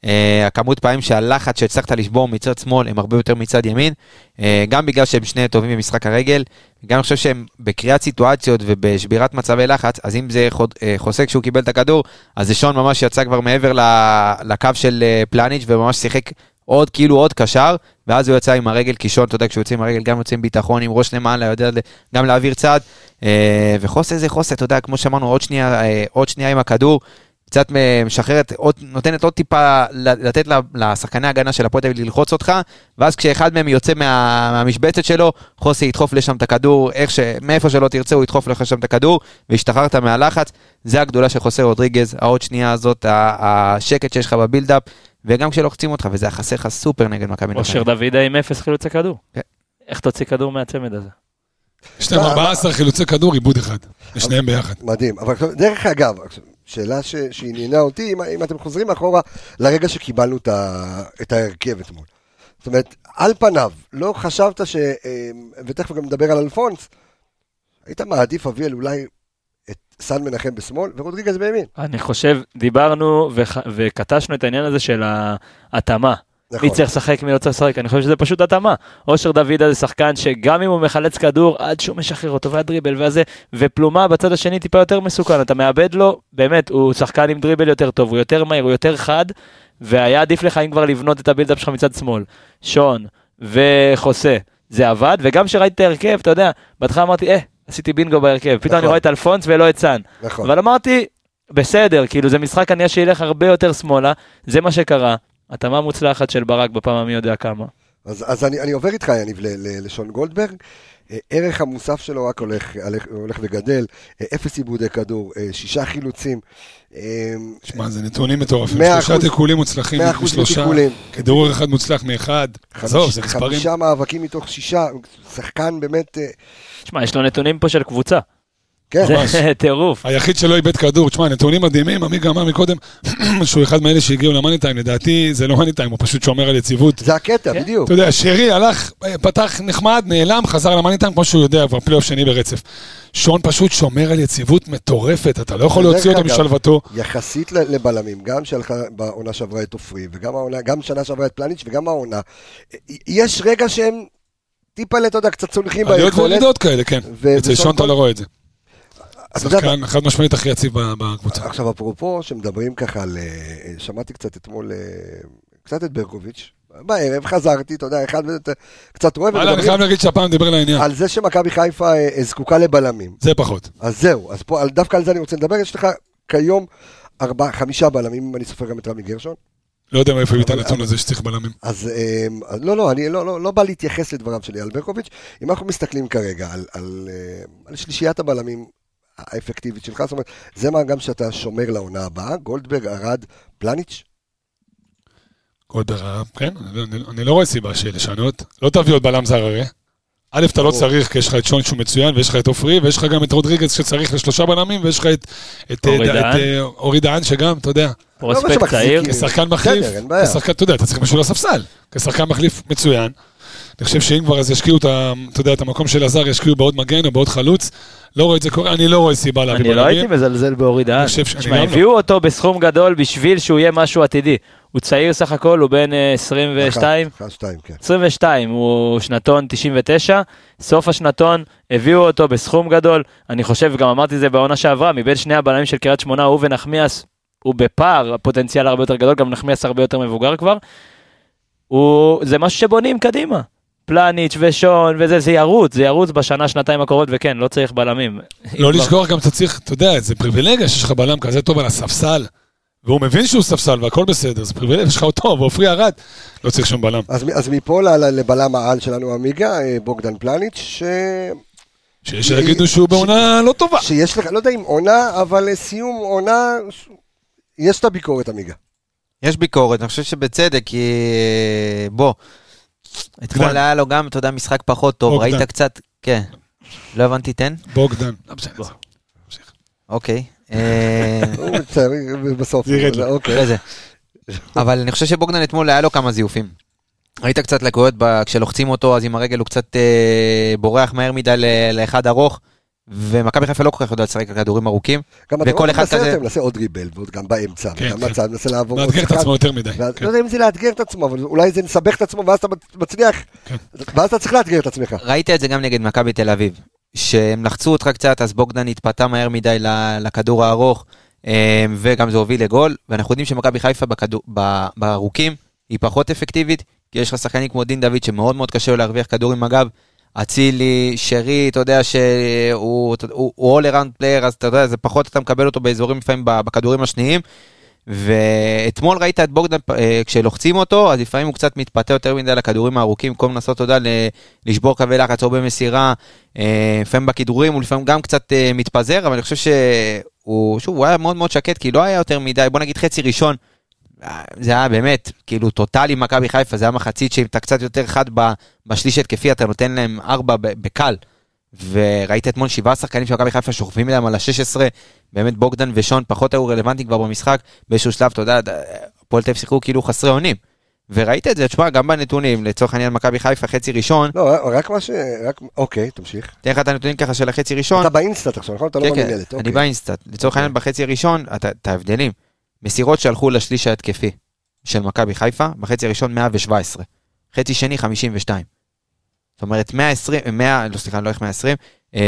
הכמות פעמים שהלחץ שהצלחת לשבור מצד שמאל הם הרבה יותר מצד ימין, גם בגלל שהם שני טובים במשחק הרגל, גם אני חושב שהם בקריאת סיטואציות ובשבירת מצבי לחץ, אז אם זה חוסק שהוא קיבל את הכדור, אז זה שון ממש יצא כבר מעבר לקו של פלניץ' וממש שיחק עוד כאילו עוד קשר, ואז הוא יצא עם הרגל קישון, אתה יודע, כשהוא יוצא עם הרגל גם יוצא עם ביטחון, עם ראש למעלה, יודע גם להעביר צעד, וחוסה זה חוסה, אתה יודע, כמו שאמרנו, עוד שנייה, עוד שנייה עם הכדור, קצת משחררת, עוד, נותנת עוד טיפה לתת לשחקני ההגנה של הפועל תל אביב ללחוץ אותך, ואז כשאחד מהם יוצא מה, מהמשבצת שלו, חוסה ידחוף לשם את הכדור, איך ש, מאיפה שלא תרצה, הוא ידחוף לך שם את הכדור, והשתחררת מהלחץ, זה הגדולה של חוסה רודריגז, העוד שנייה הזאת, השקט שיש לך בבילדאפ, וגם כשלוחצים אותך, וזה חסר לך סופר נגד מכבי נתניה. אושר דוידה עם אפס חילוצי כדור. איך תוציא כדור מהצמד הזה? יש להם ארבעה עשר חילוצי כדור, עיבוד אחד. לשניהם ביחד. מדהים. אבל דרך אגב, שאלה שעניינה אותי, אם אתם חוזרים אחורה לרגע שקיבלנו את ההרכב אתמול. זאת אומרת, על פניו, לא חשבת ש... ותכף גם נדבר על אלפונס, היית מעדיף אביאל אולי את סן מנחם בשמאל ורודריגז בימין. אני חושב, דיברנו וקטשנו את העניין הזה של ההתאמה. מי צריך לשחק, מי לא צריך לשחק, אני חושב שזה פשוט התאמה. אושר דוידה זה שחקן שגם אם הוא מחלץ כדור, עד שהוא משחרר אותו והדריבל והזה, ופלומה בצד השני טיפה יותר מסוכן, אתה מאבד לו, באמת, הוא שחקן עם דריבל יותר טוב, הוא יותר מהיר, הוא יותר חד, והיה עדיף לך אם כבר לבנות את הבילדאפ שלך מצד שמאל. שון וחוסה, זה עבד, וגם שראיתי את ההרכב, אתה יודע, בהתחלה אמרתי, אה, עשיתי בינגו בהרכב, פתאום אני רואה את אלפונס ולא את סן. אבל אמרתי, בסדר, כאילו זה משחק אני שילך הרבה יותר שמאלה, זה מה שקרה. התאמה מוצלחת של ברק בפעם מי יודע כמה. אז, אז אני, אני עובר איתך, יניב, לשון גולדברג. ערך המוסף שלו רק הולך, הולך, הולך וגדל. אפס עיבודי כדור, שישה חילוצים. שמע, זה נתונים מטורפים. שלושה תיקולים מוצלחים משלושה. כדור אחד מוצלח מאחד. עזוב, זה מספרים. חמישה מאבקים מתוך שישה. שחקן באמת... שמע, יש לו נתונים פה של קבוצה. כן. זה טירוף. היחיד שלא איבד כדור, תשמע, נתונים מדהימים, עמיגה אמר מקודם, שהוא אחד מאלה שהגיעו למאניטיים, לדעתי זה לא מאניטיים, הוא פשוט שומר על יציבות. זה הקטע, בדיוק. אתה יודע, שרי הלך, פתח נחמד, נעלם, חזר למאניטיים, כמו שהוא יודע, כבר פלייאוף שני ברצף. שון פשוט שומר על יציבות מטורפת, אתה לא יכול להוציא אותו משלוותו. יחסית לבלמים, גם שהלכה בעונה שעברה את אופרי, וגם שנה שעברה את פלניץ' וגם העונה, יש רגע שהם טיפה אתה יודע, קצת צולחים ביכולת. כאלה, כן. אצל שון אתה לא רואה את זה. שחקן אחד משמעית הכי יציב בקבוצה. עכשיו אפרופו שמדברים ככה על, שמעתי קצת אתמול, קצת את ברקוביץ', בערב חזרתי, אתה יודע, אחד קצת רואה, אני חייב להגיד שהפעם דיבר לעניין. על זה שמכבי חיפה זקוקה לבלמים. זה פחות. אז זהו, אז פה, דווקא על זה אני רוצה לדבר, יש לך כיום ארבעה, חמישה בלמים, אני סופר גם את רמי גרשון. לא יודע מאיפה הביא את הנתון הזה שצריך בלמים. אז לא, לא, אני לא בא להתייחס לדבריו שלי על ברקוביץ', אם אנחנו מסתכלים כרגע על שלישיית הבלמים האפקטיבית שלך, זאת אומרת, זה מה גם שאתה שומר לעונה הבאה, גולדברג, ארד, פלניץ'? גולדברג, כן, אני לא רואה סיבה לשנות, לא תביא עוד בלם זר הרי, א' אתה לא צריך, כי יש לך את שון שהוא מצוין, ויש לך את אופרי, ויש לך גם את רודריגז שצריך לשלושה בלמים, ויש לך את אורי דהן שגם, אתה יודע, פרוספקט צעיר, כשחקן מחליף, כשחקן, אתה יודע, אתה צריך משהו לספסל, כשחקן מחליף מצוין, אני חושב שאם כבר אז ישקיעו את המקום של הזר, ישקיעו בעוד מגן או בעוד חלוץ, לא רואה את זה קורה, אני לא רואה סיבה להביא בלמים. אני לא הייתי מזלזל באורי דהן. הביאו אותו בסכום גדול בשביל שהוא יהיה משהו עתידי. הוא צעיר סך הכל, הוא בן עשרים ושתיים. עשרים ושתיים, הוא שנתון תשעים ותשע. סוף השנתון, הביאו אותו בסכום גדול. אני חושב, וגם אמרתי זה בעונה שעברה, מבין שני הבלמים של קריית שמונה, הוא ונחמיאס, הוא בפער, הפוטנציאל הרבה יותר גדול, גם נחמיאס הרבה יותר מבוגר כבר. זה משהו שבונים קדימה. פלניץ' ושון וזה, זה ירוץ, זה ירוץ בשנה, שנתיים הקרובות, וכן, לא צריך בלמים. לא לשכוח גם, אתה צריך, אתה יודע, זה פריבילגיה שיש לך בלם כזה טוב על הספסל, והוא מבין שהוא ספסל והכל בסדר, זה פריבילגיה, יש לך אותו, ואופרי ירד, לא צריך שום בלם. אז, אז מפה לבלם העל שלנו עמיגה, בוגדן פלניץ', ש... שיש להגידו שהוא בעונה לא טובה. שיש לך, לא יודע אם עונה, אבל סיום עונה, יש את הביקורת עמיגה. יש ביקורת, אני חושב שבצדק, כי בוא, אתמול היה לו גם, אתה יודע, משחק פחות טוב, ראית קצת, כן, לא הבנתי, תן? בוגדן. אוקיי. הוא בסוף. אבל אני חושב שבוגדן אתמול היה לו כמה זיופים. ראית קצת לקויות, כשלוחצים אותו, אז עם הרגל הוא קצת בורח מהר מדי לאחד ארוך, ומכבי חיפה לא כל כך יודע לשחק על כדורים ארוכים. גם אתה רואה, מנסה עוד ריבל, גם באמצע, גם בצד, מנסה לעבור. מאתגר את עצמו יותר מדי. לא יודע אם זה לאתגר את עצמו, אבל אולי זה נסבך את עצמו, ואז אתה מצליח, ואז אתה צריך לאתגר את עצמך. ראית את זה גם נגד מכבי תל אביב, שהם לחצו אותך קצת, אז בוגדן התפתה מהר מדי לכדור הארוך, וגם זה הוביל לגול, ואנחנו יודעים שמכבי חיפה בארוכים היא פחות אפקטיבית, כי יש לך שחקנים כמו דין דוד שמאוד מאוד קשה לו להרוויח כדור עם הגב, אצילי, שרי, אתה יודע שהוא all around player, אז אתה יודע, זה פחות אתה מקבל אותו באזורים לפעמים בכדורים השניים, ואתמול ראית את בוגדן, כשלוחצים אותו, אז לפעמים הוא קצת מתפתה יותר מדי לכדורים הארוכים, במקום לנסות, אתה יודע, לשבור קווי לחץ או במסירה, לפעמים בכדורים, הוא לפעמים גם קצת מתפזר, אבל אני חושב שהוא, שוב, הוא היה מאוד מאוד שקט, כי לא היה יותר מדי, בוא נגיד חצי ראשון, זה היה באמת, כאילו, טוטלי מכבי חיפה, זה היה מחצית שאם אתה קצת יותר חד בשליש התקפי, אתה נותן להם ארבע בקל, וראית אתמול שבעה שחקנים של מכבי חיפה שוכבים להם על ה-שש עשרה, באמת בוגדן ושון פחות היו רלוונטיים כבר במשחק, באיזשהו שלב, אתה יודע, הפועל תל אביב שיחקו כאילו חסרי אונים, וראית את זה, תשמע, גם בנתונים, לצורך העניין מכבי חיפה, חצי ראשון. לא, רק מה ש... אוקיי, תמשיך. תן לך את הנתונים ככה של החצי ראשון. אתה באינסטאט עכשיו, נכון? אתה לא במנהלת. אני באינסטאט. לצורך העניין בחצי ראשון, את ההבדלים. מסירות שהלכו לשליש ההתקפי של מכבי חיפה, בחצי הראשון מאה שבע עשרה. חצי שני חמישים ושתיים. זאת אומרת, מאה ועשרים, מאה, לא סליחה, לא איך מאה ועשרים,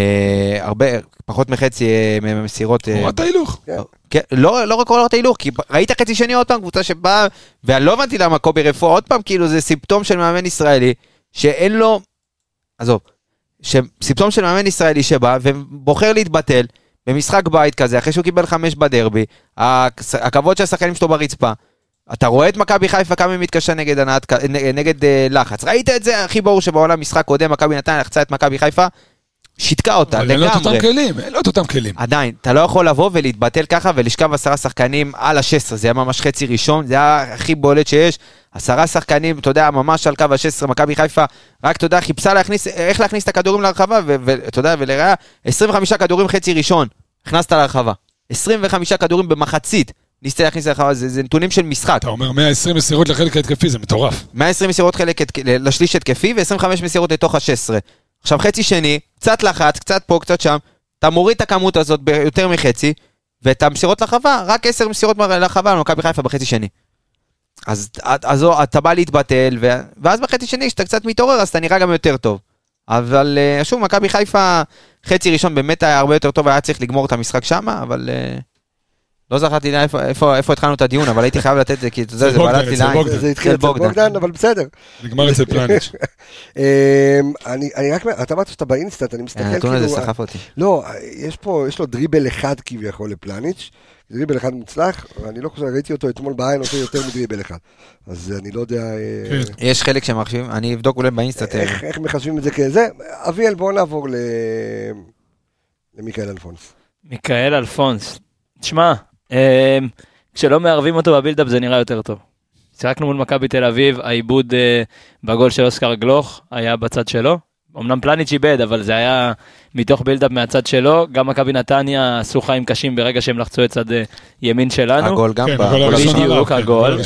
הרבה, פחות מחצי מסירות. הוראת ההילוך. כן, לא, לא רק הוראת ההילוך, כי ראית חצי שני עוד פעם, קבוצה שבאה, ואני לא הבנתי למה קובי רפואה, עוד פעם, כאילו זה סימפטום של מאמן ישראלי, שאין לו, עזוב, סימפטום של מאמן ישראלי שבא, ובוחר להתבטל, במשחק בית כזה, אחרי שהוא קיבל חמש בדרבי, הכבוד של השחקנים שלו ברצפה, אתה רואה את מכבי חיפה כמה היא מתקשה נגד, הנעת, נגד לחץ. ראית את זה הכי ברור שבעולם משחק קודם, מכבי נתניה לחצה את מכבי חיפה, שיתקה אותה לגמרי. אין לו את אותם כלים, אין לו את אותם כלים. עדיין, אתה לא יכול לבוא ולהתבטל ככה ולשכב עשרה שחקנים על ה-שש עשרה, זה היה ממש חצי ראשון, זה היה הכי בולט שיש, עשרה שחקנים, אתה יודע, ממש על קו ה-שש עשרה, מכבי חיפה, רק אתה יודע, חיפשה להכניס, איך להכניס את הכדורים להרחבה, ואתה יודע, ולראה, עשרים וחמישה כדורים חצי ראשון, הכנסת להרחבה, עשרים וחמישה כדורים במחצית, ניסתה להכניס להרחבה, זה, זה נתונים של משחק. אתה אומר מאה ועשרים מסירות לחלק התקפי, זה מטורף. מאה ועשרים מסירות חלק לשליש התקפי, ו-עשרים וחמש מסירות לתוך ה-שש עשרה. עכשיו חצי שני, קצת לחץ, קצת פה, קצת שם, אתה מוריד את הכמות הזאת ביותר מחצי, ואת המסירות לחווה, רק עשר מסירות לחווה, מכבי חיפה בחצי שני. אז, אז אתה בא להתבטל, ואז בחצי שני, כשאתה קצת מתעורר, אז אתה נראה גם יותר טוב. אבל שוב, מכבי חיפה, חצי ראשון באמת היה הרבה יותר טוב, היה צריך לגמור את המשחק שם, אבל לא זכרתי איפה, איפה, איפה התחלנו את הדיון, אבל הייתי חייב לתת את זה, כי זה בלט לי לעין. זה התחיל אצל בוגדן, אבל בסדר. נגמר אצל פלניץ'. אני רק, אתה אמרת שאתה באינסטאט, אני מסתכל כאילו... הנתון הזה סחף אותי. לא, יש פה, יש לו דריבל אחד כביכול לפלניץ', דריבל אחד מוצלח, ואני לא חושב, ראיתי אותו אתמול בעין, עושה יותר מדריבל אחד. אז אני לא יודע... יש חלק שמחשבים, אני אבדוק אולי באינסטאט. איך מחשבים את זה כזה? אביאל, בואו נעבור למיקאל אלפונס. מיקאל אלפונס. תשמע, כשלא מערבים אותו בבילדאפ זה נראה יותר טוב. שיחקנו מול מכבי תל אביב, העיבוד בגול של אוסקר גלוך היה בצד שלו. אמנם פלניץ' איבד, אבל זה היה מתוך בילדאפ מהצד שלו. גם מכבי נתניה עשו חיים קשים ברגע שהם לחצו את צד ימין שלנו. הגול גם בדיוק, הגול.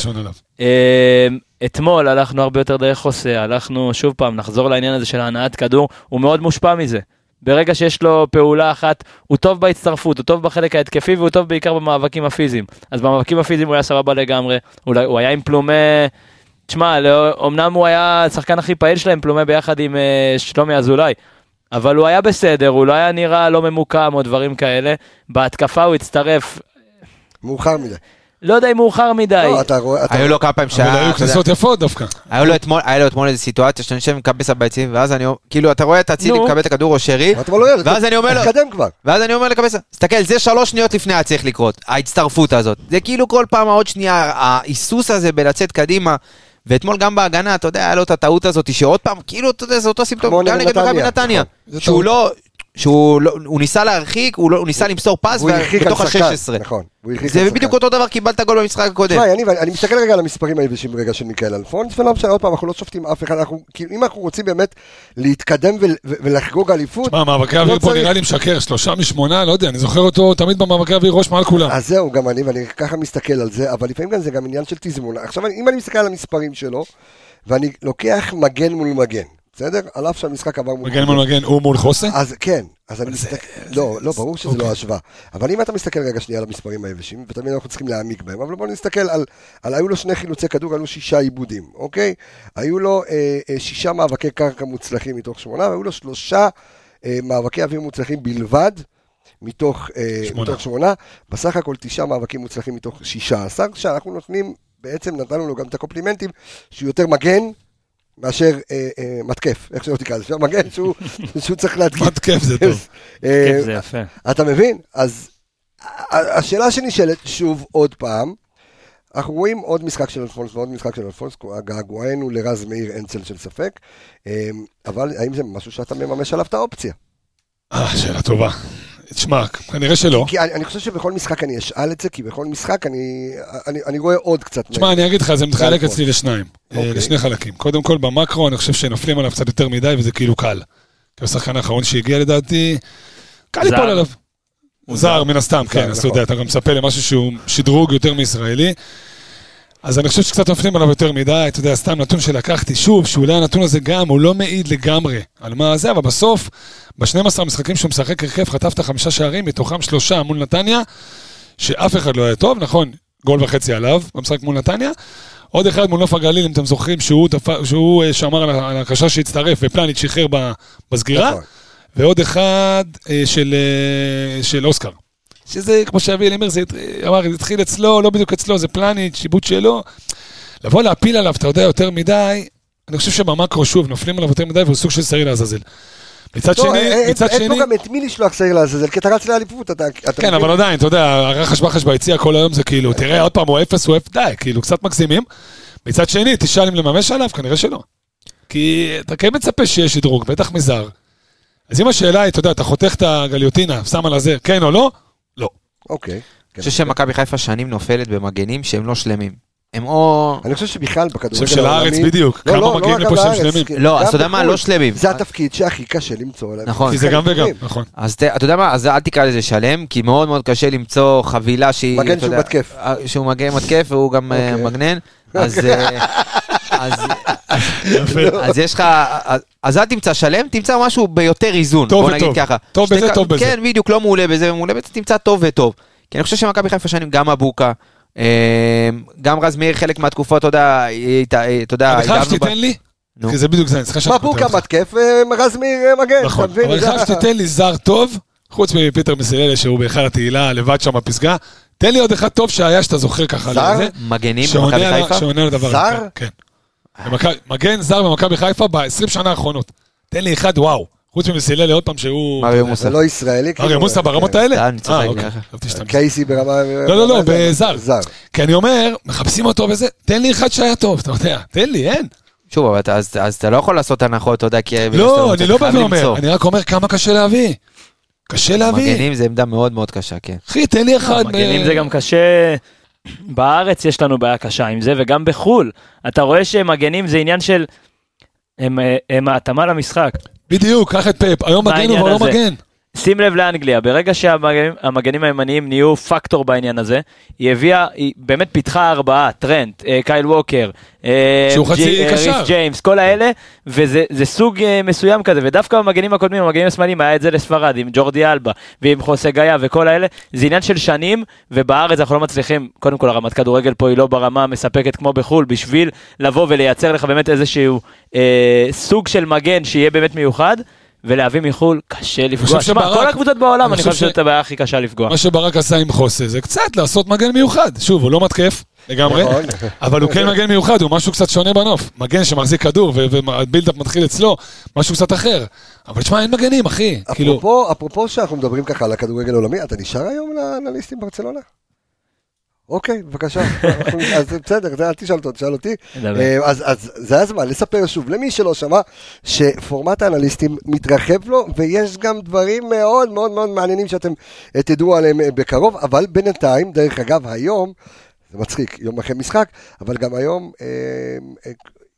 אתמול הלכנו הרבה יותר דרך חוסה, הלכנו שוב פעם, נחזור לעניין הזה של הנעת כדור, הוא מאוד מושפע מזה. ברגע שיש לו פעולה אחת, הוא טוב בהצטרפות, הוא טוב בחלק ההתקפי, והוא טוב בעיקר במאבקים הפיזיים. אז במאבקים הפיזיים הוא היה סבבה לגמרי, הוא היה עם פלומה, תשמע, אמנם הוא היה השחקן הכי פעיל שלהם, פלומה ביחד עם שלומי אזולאי, אבל הוא היה בסדר, הוא לא היה נראה לא ממוקם או דברים כאלה, בהתקפה הוא הצטרף. מאוחר מדי. לא יודע אם מאוחר מדי. היו לו כמה פעמים שעה. אבל היו כניסות יפות דווקא. היה לו אתמול איזו סיטואציה שאתה נשב עם קבסה ביציב, ואז אני, כאילו, אתה רואה את הצילי מקבל את הכדור או שרי, ואז אני אומר לו, ואז אני אומר לקבסה, תסתכל, זה שלוש שניות לפני היה צריך לקרות, ההצטרפות הזאת. זה כאילו כל פעם עוד שנייה, האיסוס הזה בלצאת קדימה, ואתמול גם בהגנה, אתה יודע, היה לו את הטעות הזאת, שעוד פעם, כאילו, אתה יודע, זה אותו סימפטום, גם נגד מכבי נתניה, שהוא לא... שהוא ניסה להרחיק, הוא ניסה למסור פס בתוך ה-שש עשרה. נכון. זה בדיוק אותו דבר, קיבלת גול במשחק הקודם. אני מסתכל רגע על המספרים היבשים רגע של מיקאל אלפונס, ולא משנה עוד פעם, אנחנו לא שופטים אף אחד, אם אנחנו רוצים באמת להתקדם ולחגוג אליפות... תשמע, מאבקי האוויר פה נראה לי משקר, שלושה משמונה, לא יודע, אני זוכר אותו תמיד במאבקי האוויר ראש מעל כולם. אז זהו, גם אני, ואני ככה מסתכל על זה, אבל לפעמים גם זה גם עניין של תזמון. עכשיו, אם אני מסתכל על המספרים שלו, ואני לוקח מגן מול מגן, בסדר? על אף שהמשחק עבר מול... מגן מול מגן, הוא מול חוסה? אז כן, אז אני מסתכל, לא, לא, ברור שזה לא השוואה. אבל אם אתה מסתכל רגע שנייה על המספרים היבשים, ותמיד אנחנו צריכים להעמיק בהם, אבל בואו נסתכל על, על, היו לו שני חילוצי כדור, היו לו שישה עיבודים, אוקיי? היו לו אה, אה, שישה מאבקי קרקע מוצלחים מתוך שמונה, והיו לו שלושה אה, מאבקי אוויר מוצלחים בלבד, מתוך, אה, מתוך שמונה. בסך הכל תשעה מאבקים מוצלחים מתוך שישה עשר, שאנחנו נותנים, בעצם נתנו לו גם את הקומפלימנטים, שהוא יותר מגן, מאשר אה, אה, מתקף, איך שלא תקרא, זה מגן שהוא, שהוא צריך להתקיף. מתקף זה טוב. מתקף זה יפה. אתה מבין? אז השאלה שנשאלת שוב עוד פעם, אנחנו רואים עוד משחק של אלפונס ועוד משחק של אלפונס, הגעגוענו לרז מאיר אין צל של ספק, אבל האם זה משהו שאתה מממש עליו את האופציה? אה, שאלה טובה. תשמע, כנראה שלא. כי אני, אני חושב שבכל משחק אני אשאל את זה, כי בכל משחק אני, אני, אני רואה עוד קצת. תשמע, אני אגיד לך, זה מתחלק אצלי לשניים, לשני חלקים. קודם כל, במקרו, אני חושב שנופלים עליו קצת יותר מדי, וזה כאילו קל. כי השחקן האחרון שהגיע לדעתי, קל ליפול עליו. הוא זר, מן הסתם, כן, אז אתה יודע, אתה גם מצפה למשהו שהוא שדרוג יותר מישראלי. אז אני חושב שקצת נופלים עליו יותר מדי, אתה יודע, סתם נתון שלקחתי שוב, שאולי הנתון הזה גם, הוא לא מעיד לגמרי על מה זה, אבל בסוף, ב-שנים עשר משחקים שהוא משחק הרכב, חטפת חמישה שערים, מתוכם שלושה מול נתניה, שאף אחד לא היה טוב, נכון, גול וחצי עליו, במשחק מול נתניה, עוד אחד מול נוף הגליל, אם אתם זוכרים, שהוא, שהוא שמר על הקשר שהצטרף, ופלניץ' שחרר בסגירה, ועוד אחד של, של אוסקר. שזה, כמו שאביל אמר, זה אמר, זה התחיל אצלו, לא בדיוק אצלו, זה פלניץ', שיבוט שלו. לבוא להפיל עליו, אתה יודע, יותר מדי, אני חושב שבמקרו שוב, נופלים עליו יותר מדי, והוא סוג של שעיר לעזאזל. מצד שני, מצד שני... אין פה גם את מי לשלוח שעיר לעזאזל, כי אתה רץ לאליפות, אתה... כן, אבל עדיין, אתה יודע, הרחש בחש ביציע כל היום זה כאילו, תראה, עוד פעם, הוא אפס, הוא אפס, די, כאילו, קצת מגזימים. מצד שני, תשאל אם לממש עליו, כנראה שלא. כי אתה כן מצפה שיש שדרוג, בטח מזר. אז אם השאלה היא, אתה יודע, אתה חותך את הגליוטינה, שם על הזה, כן או לא? לא. אוקיי. אני חושב שמכבי חיפה שנים נופלת במגנים שהם לא שלמים. הם או... אני חושב שבכלל בכדורגל של הארץ בדיוק, כמה מגיעים לפה שהם שלמים. לא, אז אתה יודע מה, לא שלמים. זה התפקיד שהכי קשה למצוא. נכון. כי זה גם וגם, נכון. אז אתה יודע מה, אז אל תקרא לזה שלם, כי מאוד מאוד קשה למצוא חבילה שהיא... מגן שהוא מתקף. שהוא מגן מתקף והוא גם מגנן. אז... אז יש לך, אז אל תמצא שלם, תמצא משהו ביותר איזון, בוא נגיד ככה. טוב בזה, טוב בזה. כן, בדיוק, לא מעולה בזה ומעולה בזה, תמצא טוב וטוב. כי אני חושב שמכבי חיפה שנים גם אבוקה, גם רז מאיר חלק מהתקופות, אתה יודע, אני חייב שתיתן לי, כי זה בדיוק זה, אני צריכה שאני אבוקה מתקף, רז מאיר מגן. נכון, אבל אני חייב שתיתן לי זר טוב, חוץ מפיטר מסיללה שהוא באחד התהילה, לבד שם בפסגה, תן לי עוד אחד טוב שהיה שאתה זוכר ככה. זר? מגנים במכבי חיפה? שעונה לדבר הזה. כן. מגן זר במכבי חיפה ב-עשרים שנה האחרונות. תן לי אחד, וואו. חוץ ממסיללה עוד פעם שהוא... מריו מוסה. זה לא ישראלי. מריו מוסה ברמות האלה? אני צוחק ככה. קייסי ברמה... לא, לא, לא, בזר. כי אני אומר, מחפשים אותו וזה, תן לי אחד שהיה טוב, אתה יודע. תן לי, אין. שוב, אז אתה לא יכול לעשות הנחות, אתה יודע, כי... לא, אני לא בא ואומר, אני רק אומר כמה קשה להביא. קשה להביא. מגנים זה עמדה מאוד מאוד קשה, כן. אחי, תן לי אחד. מגנים זה גם קשה... בארץ יש לנו בעיה קשה עם זה, וגם בחול. אתה רואה שמגנים זה עניין של... הם ההתאמה למשחק. בדיוק, קח את פאפ. היום מגן הוא לא מגן. שים לב לאנגליה, ברגע שהמגנים הימניים נהיו פקטור בעניין הזה, היא הביאה, היא באמת פיתחה ארבעה, טרנט, קייל ווקר, ריס ג'יימס, כל האלה, וזה סוג מסוים כזה, ודווקא במגנים הקודמים, המגנים השמאליים, היה את זה לספרד, עם ג'ורדי אלבה, ועם חוסה גאיה, וכל האלה, זה עניין של שנים, ובארץ אנחנו לא מצליחים, קודם כל הרמת כדורגל פה היא לא ברמה מספקת כמו בחול, בשביל לבוא ולייצר לך באמת איזשהו סוג של מגן שיהיה באמת מיוחד, ולהביא מחול קשה לפגוע. שמה, כל הקבוצות בעולם, אני חושב שאת הבעיה הכי קשה לפגוע. מה שברק עשה עם חוסה, זה קצת לעשות מגן מיוחד. שוב, הוא לא מתקף לגמרי, אבל הוא כן מגן מיוחד, הוא משהו קצת שונה בנוף. מגן שמחזיק כדור, והבילדאפ מתחיל אצלו, משהו קצת אחר. אבל תשמע, אין מגנים, אחי. אפרופו שאנחנו מדברים ככה על הכדורגל העולמי, אתה נשאר היום לאנליסטים ברצלונה? אוקיי, בבקשה, אז בסדר, אל תשאל אותו, תשאל אותי. אז זה הזמן לספר שוב, למי שלא שמע, שפורמט האנליסטים מתרחב לו, ויש גם דברים מאוד מאוד מאוד מעניינים שאתם תדעו עליהם בקרוב, אבל בינתיים, דרך אגב, היום, זה מצחיק, יום אחרי משחק, אבל גם היום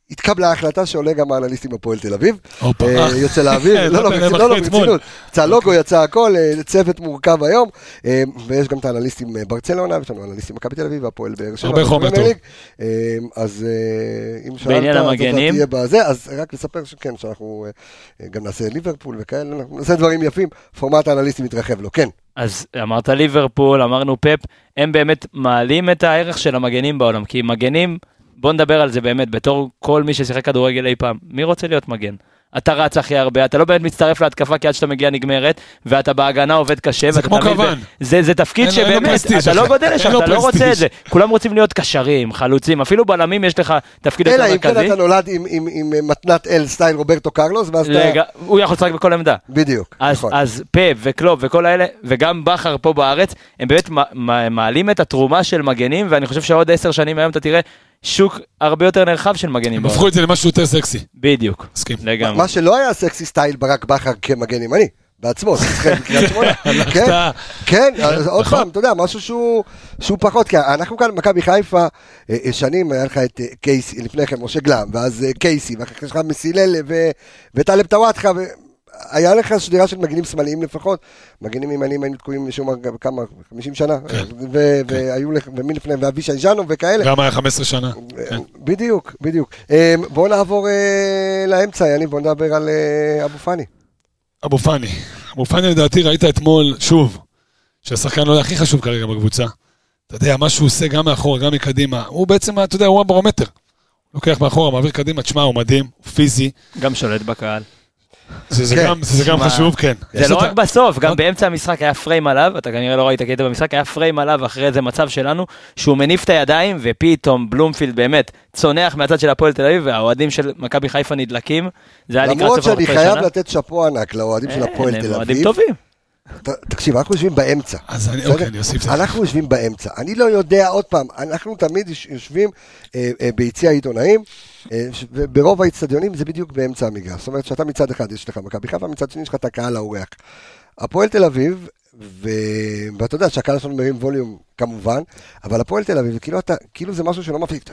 התקבלה ההחלטה שעולה גם האנליסטים בפועל תל אביב. יוצא לאוויר, לא, לא, לא, לא, ברצינות. יצא לוגו, יצא הכל, צוות מורכב היום, ויש גם את האנליסטים ברצלונה, ויש לנו אנליסטים מכבי תל אביב, והפועל באר שבע. הרבה חומר טוב. אז אם שאלת, אז אתה תהיה בזה, אז רק לספר שכן, שאנחנו גם נעשה ליברפול וכאלה, נעשה דברים יפים, פורמט האנליסטים מתרחב לו, כן. אז אמרת ליברפול, אמרנו פפ, הם באמת מעלים את הערך של המגנים בעולם, כי מגנים, בוא נדבר על זה באמת, בתור כל מי ששיחק כדורגל אי פעם, מי רוצה להיות מגן? אתה רץ הכי הרבה, אתה לא באמת מצטרף להתקפה, כי עד שאתה מגיע נגמרת, ואתה בהגנה עובד קשה. זה כמו כוון. זה, זה תפקיד שבאמת, אתה לא גודל לשם, אתה לא רוצה את זה. כולם רוצים להיות קשרים, חלוצים, אפילו בלמים יש לך תפקיד יותר מרכזי. אלא אם כן אתה נולד עם, עם, עם מתנת אל סטייל רוברטו קרלוס, ואז אתה... הוא יכול לשחק בכל עמדה. בדיוק. אז, נכון. אז פפ וקלופ וכל האלה, וגם בכר פה בארץ, הם באמת מעלים את התרומה של מגנים, ואני חושב שעוד עשר שנים היום אתה תראה שוק הרבה יותר נרחב של מגנים. הם הפכו את זה למשהו יותר סקסי. בדיוק. מסכים. לגמרי. מה שלא היה סקסי סטייל ברק בכר כמגן ימני, בעצמו, כן, כן, עוד פעם, אתה יודע, משהו שהוא פחות, כי אנחנו כאן במכבי חיפה, שנים היה לך את קייסי, לפני כן משה גלם, ואז קייסי, ואחר כך יש לך מסילל וטלב טוואטחה, היה לך שדירה של מגנים שמאליים לפחות, מגנים ימניים היינו תקועים משום כמה, חמישים שנה, והיו לך, ומי לפני, ואבישי ז'אנו וכאלה. גם היה חמש עשרה שנה. בדיוק, בדיוק. בואו נעבור לאמצע, יניב, בואו נדבר על אבו פאני. אבו פאני. אבו פאני לדעתי ראית אתמול, שוב, שהשחקן לא הכי חשוב כרגע בקבוצה. אתה יודע, מה שהוא עושה גם מאחורה, גם מקדימה, הוא בעצם, אתה יודע, הוא הברומטר. לוקח מאחורה, מעביר קדימה, תשמע, הוא מדהים, הוא פיזי. גם שולט בקהל. זה גם חשוב, כן. זה לא רק בסוף, גם באמצע המשחק היה פריים עליו, אתה כנראה לא ראית קטע במשחק, היה פריים עליו אחרי איזה מצב שלנו, שהוא מניף את הידיים, ופתאום בלומפילד באמת צונח מהצד של הפועל תל אביב, והאוהדים של מכבי חיפה נדלקים. למרות שאני חייב לתת שפו ענק לאוהדים של הפועל תל אביב. אוהדים טובים. תקשיב, אנחנו יושבים באמצע. אז אני, אוקיי, אני אוסיף את זה. אנחנו יושבים באמצע. אני לא יודע, עוד פעם, אנחנו תמיד יושבים ביציע העיתונאים, וברוב האצטדיונים זה בדיוק באמצע המגרש. זאת אומרת שאתה מצד אחד יש לך מכבי חיפה, מצד שני יש לך את הקהל האורח. הפועל תל אביב, ואתה יודע שהקהל שלנו מרים ווליום כמובן, אבל הפועל תל אביב, כאילו זה משהו שלא מפליג,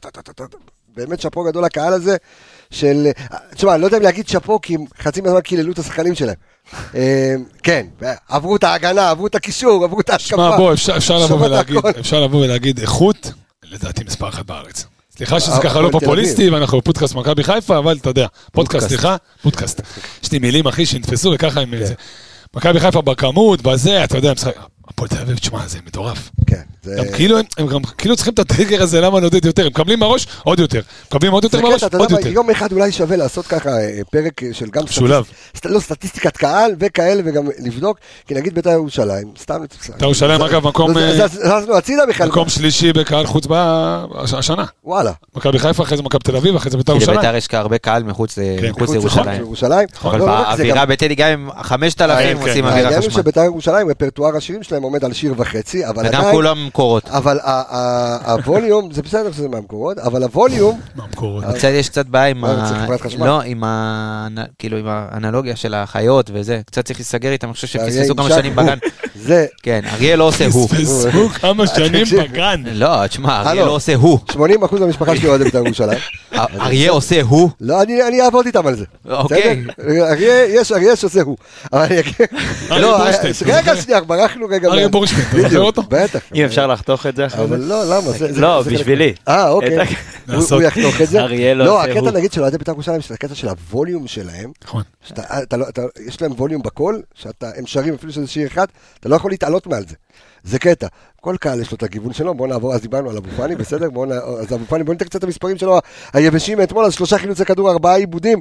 באמת שפו גדול הקהל הזה, של, תשמע, אני לא יודע אם להגיד שפו, כי חצי מהזמן קיללו את השחקנים שלהם. כן, עברו את ההגנה, עברו את הקישור, עברו את ההשקפה. שמע, בוא, אפשר לבוא ולהגיד איכות, לדעתי מספר אחת בארץ. סליחה שזה ככה לא פופוליסטי, ואנחנו בפודקאסט מכבי חיפה, אבל אתה יודע, פודקאסט, סליחה, פודקאסט. יש לי מילים, אחי, שנתפסו וככה עם זה. מכבי חיפה בכמות, בזה, אתה יודע, הפועל תל אביב, תשמע, זה מטורף. כן. הם גם כאילו צריכים את הטריגר הזה, למה נודד יותר? הם מקבלים בראש, עוד יותר. מקבלים עוד יותר בראש, עוד יותר. יום אחד אולי שווה לעשות ככה פרק של גם שולב. לא, סטטיסטיקת קהל וכאלה, וגם לבדוק, כי נגיד בית"ר ירושלים, סתם נתפסה. בית"ר ירושלים, אגב, מקום... זזנו הצידה בכלל. מקום שלישי בקהל חוץ השנה. וואלה. מכבי חיפה, אחרי זה מכבי תל אביב, אחרי זה בית"ר ירושלים. כי לבית"ר יש הרבה קהל מחוץ לירושלים. אבל באווירה בטדי גם עם חמשת אלפים עושים אווירה חשמל. שבית"ר ירושלים, רפרטואר השירים שלהם עומד על שיר וחצי, אבל וגם כולם מקורות. אבל הווליום, זה בסדר שזה מהמקורות, אבל הווליום... מהמקורות. יש קצת בעיה עם לא, עם כאילו, עם האנלוגיה של החיות וזה. קצת צריך להיסגר איתם, אני חושב שפספסו כמה שנים בגן. זה... כן, אריה לא עושה הוא. פספסו כמה שנים בגן. לא, תשמע, אריה לא עושה הוא. שמונים אחוז מהמשפחה שלי אוהדת בית"ר ירושלים. אריה עושה הוא? לא, אני אעבוד איתם על זה. אוקיי. יש אריה שעושה הוא. אריה בורשטיין. רגע שנייה, ברחנו רגע. אריה בורשטיין, אתה זוכר אותו? בטח. אם אפשר לחתוך את זה אחרי זה? אבל לא, למה? לא, בשבילי. אה, אוקיי. הוא יחתוך את זה. אריה לא לא, עושה הוא. הקטע נגיד של אוהדי בית"ר ירושלים, שזה הקטע של הווליום שלהם. נכון. יש להם ווליום בקול, שהם שרים אפילו שזה שיר אחד, אתה לא יכול להתעלות מעל זה. זה קטע. כל קהל יש לו את הגיוון שלו, בואו נעבור, אז דיברנו על אבו פאני, בסדר? אז אבו פאני, בואו ניתן קצת את המספרים שלו, היבשים מאתמול, אז שלושה חילוצי כדור, ארבעה עיבודים,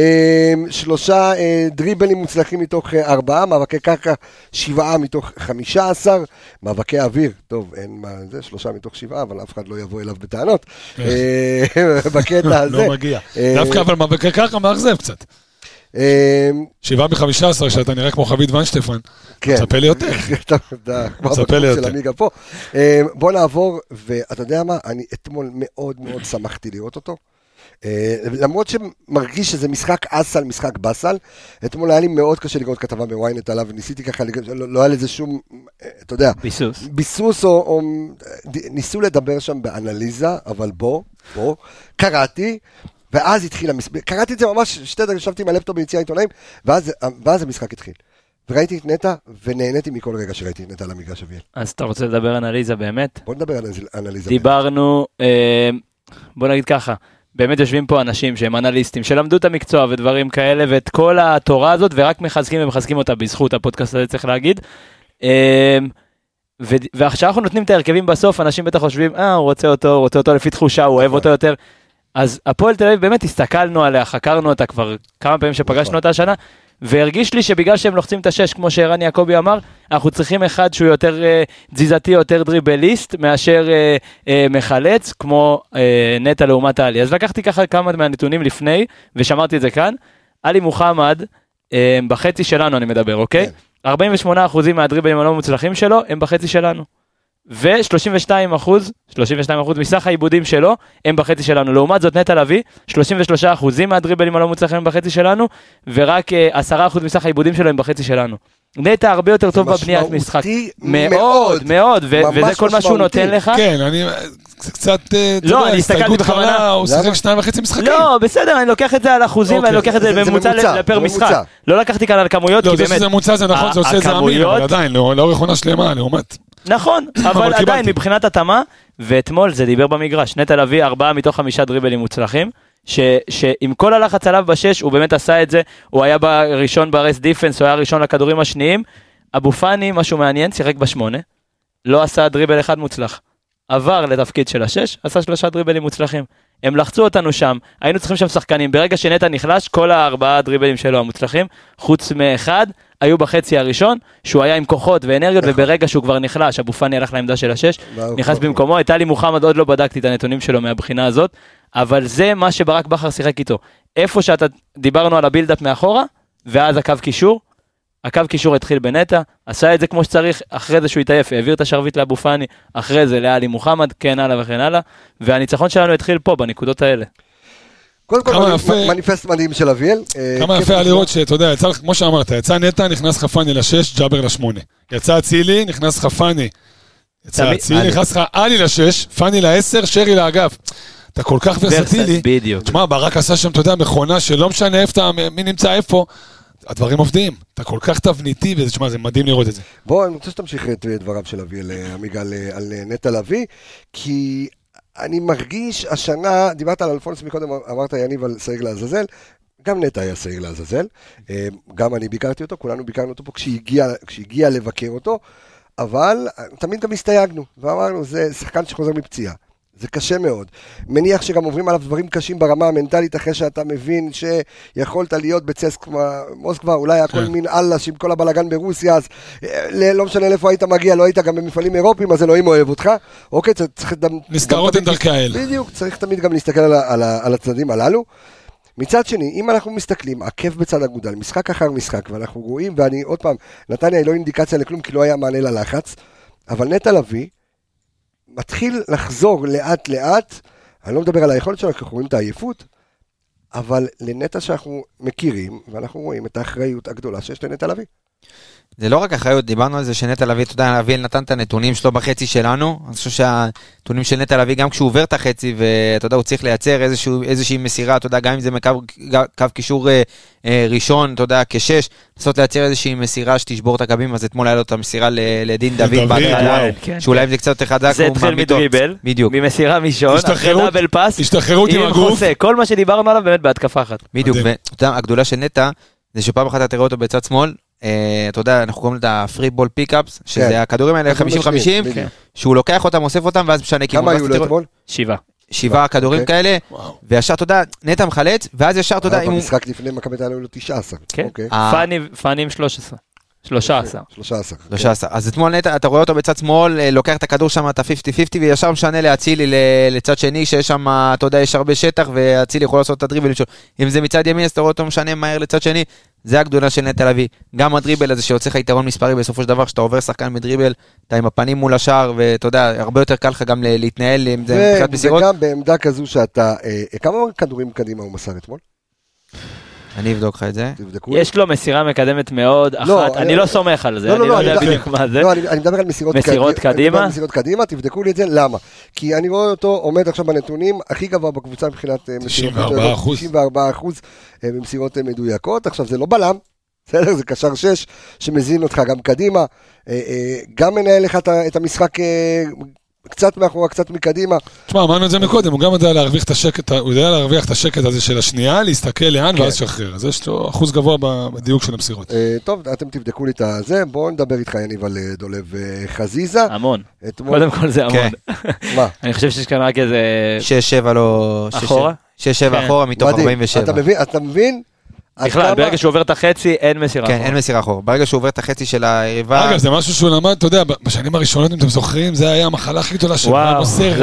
שלושה דריבלים מוצלחים מתוך ארבעה, מאבקי קרקע, שבעה מתוך חמישה עשר, מאבקי אוויר, טוב, אין מה זה, שלושה מתוך שבעה, אבל אף אחד לא יבוא אליו בטענות, בקטע הזה. לא מגיע. דווקא אבל מאבקי קרקע מאכזב קצת. שבעה מחמישה עשר, שאתה נראה כמו חבית ונשטפן. מצפה לי יותר. מצפה לי יותר. בוא נעבור, ואתה יודע מה, אני אתמול מאוד מאוד שמחתי לראות אותו. למרות שמרגיש שזה משחק אסל, משחק בסל, אתמול היה לי מאוד קשה לראות כתבה בוויינט עליו, וניסיתי ככה, לא היה לזה שום, אתה יודע, ביסוס. ביסוס, או ניסו לדבר שם באנליזה, אבל בוא, בוא, קראתי, ואז התחיל המשחק, קראתי את זה ממש, שתי דקות, ישבתי עם הלפטופ ביציע העיתונאים, ואז, ואז המשחק התחיל. וראיתי את נטע, ונהניתי מכל רגע שראיתי את נטע על המגרש אביאל. אז אתה רוצה לדבר אנליזה באמת? בוא נדבר על אנליזה. דיברנו, בוא נגיד ככה, באמת יושבים פה אנשים שהם אנליסטים, שלמדו את המקצוע ודברים כאלה, ואת כל התורה הזאת, ורק מחזקים ומחזקים אותה בזכות הפודקאסט הזה, צריך להגיד. ועכשיו אנחנו נותנים את ההרכבים בסוף, אנשים בטח חושבים, אה, הוא רוצה אותו, הוא רוצה אותו לפי תחושה, הוא אוהב אותו יותר. אז הפועל תל אביב באמת הסתכלנו עליה, חקרנו אותה כבר כמה פעמים שפגשנו אותה השנה, והרגיש לי שבגלל שהם לוחצים את השש, כמו שערן יעקבי אמר, אנחנו צריכים אחד שהוא יותר uh, תזיזתי, יותר דריבליסט, מאשר uh, uh, מחלץ, כמו uh, נטע לעומת עלי. אז לקחתי ככה כמה מהנתונים לפני, ושמרתי את זה כאן. עלי מוחמד, uh, בחצי שלנו אני מדבר, אוקיי? Okay? ארבעים ושמונה אחוז מהדריבלים הלא מוצלחים שלו, הם בחצי שלנו. ו-שלושים ושתיים אחוז, שלושים ושתיים אחוז מסך העיבודים שלו, הם בחצי שלנו. לעומת זאת נטע לביא, שלושים ושלושה אחוז מהדריבלים הלא מוצלחים הם בחצי שלנו, ורק עשרה אחוז מסך העיבודים שלו הם בחצי שלנו. נטע הרבה יותר טוב בבניית משחק. מאוד, מאוד, וזה כל מה שהוא נותן לך. כן, אני... זה קצת, אתה יודע, הסתייגות חלה, הוא שיחק שניים וחצי משחקים. לא, בסדר, אני לוקח את זה על אחוזים, ואני לוקח את זה בממוצע לפר משחק. לא לקחתי כאן על כמויות, כי באמת... לא, זה שזה ממוצע, זה נכון, זה עושה את זה אמין, אבל עדיין, לאורך עונה שלמה, לעומת... נכון, אבל עדיין מבחינת התאמה, ואתמול זה דיבר במגרש, נטע לביא ארבעה מתוך חמישה דריבלים מוצלחים, שעם כל הלחץ עליו בשש, הוא באמת עשה את זה, הוא היה ראשון ברס דיפנס, הוא היה ראשון לכדורים השניים, אבו פאני, משהו מעניין, שיחק בשמונה, לא עשה דריבל אחד מוצלח, עבר לתפקיד של השש, עשה שלושה דריבלים מוצלחים, הם לחצו אותנו שם, היינו צריכים שם שחקנים, ברגע שנטע נחלש, כל הארבעה דריבלים שלו המוצלחים, חוץ מאחד, היו בחצי הראשון, שהוא היה עם כוחות ואנרגיות, וברגע שהוא כבר נחלש, אבו פאני הלך לעמדה של השש, נכנס במקומו, את עלי מוחמד עוד לא בדקתי את הנתונים שלו מהבחינה הזאת, אבל זה מה שברק בכר שיחק איתו. איפה שאתה דיברנו על הבילדאפ מאחורה, ואז הקו קישור, הקו קישור התחיל בנטע, עשה את זה כמו שצריך, אחרי זה שהוא התעייף, העביר את השרביט לאבו פאני, אחרי זה לעלי מוחמד, כן הלאה וכן הלאה, והניצחון שלנו התחיל פה, בנקודות האלה. קודם כל, מניפסט מדהים של אביאל. כמה יפה לראות שאתה יודע, יצא, כמו שאמרת, יצא נטע, נכנס חפני לשש, ג'אבר לשמונה. יצא צילי, נכנס חפני. יצא צילי, נכנס עלי לשש, פני לעשר, שרי לאגף. אתה כל כך ורסטילי. בדיוק. תשמע, ברק עשה שם, אתה יודע, מכונה שלא משנה איפה, מי נמצא איפה. הדברים עובדים. אתה כל כך תבניתי, וזה, תשמע, זה מדהים לראות את זה. בוא, אני רוצה שתמשיך את דבריו של אביאל, עמיגה, על נטע לביא, כי אני מרגיש השנה, דיברת על אלפונס מקודם, אמרת יניב על שעיר לעזאזל, גם נטע היה שעיר לעזאזל, גם אני ביקרתי אותו, כולנו ביקרנו אותו פה כשהגיע, כשהגיע לבקר אותו, אבל תמיד גם הסתייגנו, ואמרנו, זה שחקן שחוזר מפציעה. זה קשה מאוד. מניח שגם עוברים עליו דברים קשים ברמה המנטלית, אחרי שאתה מבין שיכולת להיות בצסק מוסקבה, אולי הכל מין אללה, עם כל הבלגן ברוסיה, אז לא משנה איפה היית מגיע, לא היית גם במפעלים אירופיים, אז אלוהים אוהב אותך. אוקיי, צריך... נסגרות את דרכי האלה. בדיוק, צריך תמיד גם להסתכל על, על, על הצדדים הללו. מצד שני, אם אנחנו מסתכלים, עקב בצד אגודל, משחק אחר משחק, ואנחנו רואים, ואני עוד פעם, נתניה היא לא אינדיקציה לכלום, כי לא היה מענה ללחץ, אבל נטע לביא מתחיל לחזור לאט לאט, אני לא מדבר על היכולת שלנו, כי אנחנו רואים את העייפות, אבל לנטע שאנחנו מכירים, ואנחנו רואים את האחריות הגדולה שיש לנטע לביא. זה לא רק אחריות, דיברנו על זה שנטע לביא, אתה יודע, אביאל נתן את הנתונים שלו בחצי שלנו, אני חושב שהנתונים של נטע לביא, גם כשהוא עובר את החצי, ואתה יודע, הוא צריך לייצר איזשהו, איזושהי מסירה, אתה יודע, גם אם זה מקו, קו קישור אה, ראשון, אתה יודע, כשש, לנסות לייצר איזושהי מסירה שתשבור את הקווים, אז אתמול היה לו את המסירה לדין דוד, שאולי אם זה קצת יותר חזק, זה התחיל מדריבל, ממסירה מישון, אחרי דאבל פאס, השתחררות עם הגוף, כל מה שדיברנו עליו באמת בהתקפה אחת. בדיוק, והגדולה של נטע, זה שפעם אחת אתה תראה אותו בצד שמאל, אתה יודע, אנחנו קוראים לזה הפרי בול פיקאפס, שזה הכדורים האלה חמישים חמישים, שהוא לוקח אותם, אוסף אותם, ואז משנה כיוון. כמה היו לו אתמול? שבעה. שבעה כדורים כאלה, וישר, אתה יודע, נטע מחלץ, ואז ישר, אתה יודע, אם הוא... במשחק לפני מכבי תל אביב היו לו תשע עשרה. כן, פאני עם שלוש עשרה. שלושה עשר. שלושה עשר. שלושה עשר. אז אתמול נטע, אתה רואה אותו בצד שמאל, לוקח את הכדור שם, את ה-חמישים חמישים, וישר משנה להצילי לצד שני, שיש שם, אתה יודע, יש הרבה שטח, והצילי יכול לעשות את הדריבל. אם זה מצד ימין, אז אתה רואה אותו משנה מהר לצד שני, זה הגדולה של נטע לביא. גם הדריבל הזה שיוצא לך יתרון מספרי בסופו של דבר, שאתה עובר שחקן מדריבל, אתה עם הפנים מול השער, ואתה יודע, הרבה יותר קל לך גם להתנהל עם זה מבחינת מסירות. וגם בעמדה כזו שאתה, כמה כדורים קדימה הוא מסר אתמול? אני אבדוק לך את זה. יש לו מסירה מקדמת מאוד, אחת, אני לא סומך על זה, אני לא יודע בדיוק מה זה. לא, אני מדבר על מסירות קדימה. מסירות קדימה, תבדקו לי את זה, למה? כי אני רואה אותו עומד עכשיו בנתונים הכי גבוה בקבוצה מבחינת תשעים וארבעה אחוז. תשעים וארבעה אחוז במסירות מדויקות, עכשיו זה לא בלם, בסדר, זה קשר שש שמזין אותך גם קדימה, גם מנהל לך את המשחק קצת מאחורה, קצת מקדימה. תשמע, אמרנו את זה מקודם, הוא גם יודע להרוויח את השקט, הוא יודע להרוויח את השקט הזה של השנייה, להסתכל לאן ואז שחרר. אז יש לו אחוז גבוה בדיוק של המסירות. טוב, אתם תבדקו לי את זה, בואו נדבר איתך יניב על דולב חזיזה. המון, קודם כל זה המון. מה? אני חושב שיש כאן רק איזה... שש שבע לא... אחורה? שש שבע אחורה מתוך ארבעים ושבע. אתה מבין? בכלל, ברגע שהוא עובר את החצי, אין מסירה אחורה. כן, אין מסירה אחורה. ברגע שהוא עובר את החצי של היריבה... אגב, זה משהו שהוא למד, אתה יודע, בשנים הראשונות, אם אתם זוכרים, זה היה המחלה הכי גדולה שלו. וואו,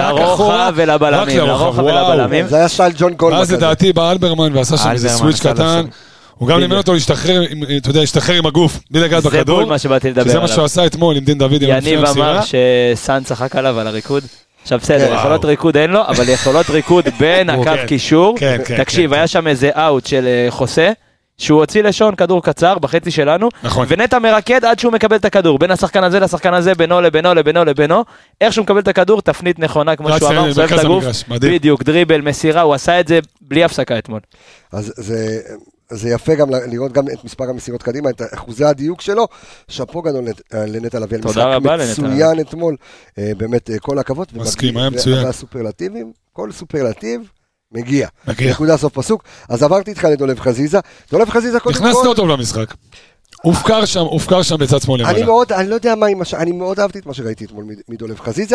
לרוחב ולבלמים, לרוחב ולבלמים. זה היה סטייל ג'ון קולמן. ואז לדעתי באלברמן, ועשה שם איזה סוויץ' קטן. הוא גם לימד אותו להשתחרר, אתה יודע, להשתחרר עם הגוף, בלי לגעת בכדור. זה בול מה שבאתי לדבר עליו. שזה מה שהוא עשה אתמול עם דין דוד. יניב אמר שסאן צחק עליו על הריקוד. עכשיו בסדר, יכולות ריקוד אין לו, אבל יכולות ריקוד בין הקו קישור. תקשיב, היה שם איזה אאוט של חוסה, שהוא הוציא לשון כדור קצר בחצי שלנו, ונטע מרקד עד שהוא מקבל את הכדור, בין השחקן הזה לשחקן הזה, בינו לבינו לבינו לבינו, איך שהוא מקבל את הכדור, תפנית נכונה, כמו שהוא אמר, סובב את הגוף, בדיוק, דריבל, מסירה, הוא עשה את זה בלי הפסקה אתמול. אז זה... זה יפה גם לראות גם את מספר המסירות קדימה, את אחוזי הדיוק שלו, שפו גדול לנטע לביא, תודה רבה לנטע. מצוין אתמול, באמת כל הכבוד. מסכים, היה מצוין. והסופרלטיבים, כל סופרלטיב מגיע. נקודה סוף פסוק, אז עברתי איתך לדולב חזיזה, דולב חזיזה קודם כל... נכנסת אותו למשחק. הופקר שם, הופקר שם בצד שמאל למעלה. אני מאוד, אני לא יודע מה, אני מאוד אהבתי את מה שראיתי אתמול מדולב חזיזה.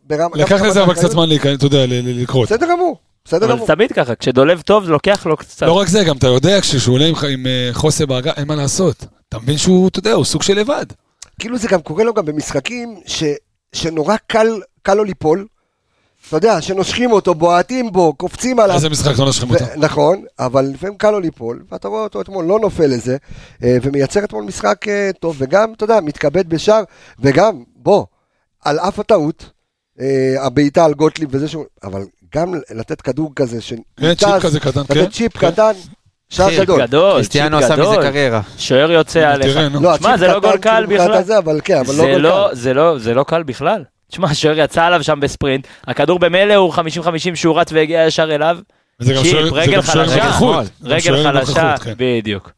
לקח לזה אבל קצת זמן, אתה יודע, לקרות. בסדר גמור. אבל זה תמיד ככה, כשדולב טוב זה לוקח לו קצת. לא רק זה, גם אתה יודע, כשהוא עולה עם חוסה בהגה, אין מה לעשות. אתה מבין שהוא, אתה יודע, הוא סוג של לבד. כאילו זה גם קורה לו גם במשחקים שנורא קל לו ליפול, אתה יודע, שנושכים אותו, בועטים בו, קופצים עליו. איזה משחק לא נושכים אותו. נכון, אבל לפעמים קל לו ליפול, ואתה רואה אותו אתמול לא נופל לזה, ומייצר אתמול משחק טוב, וגם, אתה יודע, מתכבד בשער, וגם, בוא, על אף הטעות, הבעיטה על גוטליב וזה שהוא, אבל גם לתת כדור כזה, צ'יפ כזה קטן, לתת צ'יפ קטן, שער גדול. קריסטיאנו עשה מזה קריירה. שוער יוצא עליך. תשמע, זה לא גול קל בכלל. זה לא קל בכלל. תשמע, שוער יצא עליו שם בספרינט, הכדור במילא הוא חמישים חמישים שהוא רץ והגיע ישר אליו. צ'יפ, רגל חלשה. רגל חלשה, בדיוק.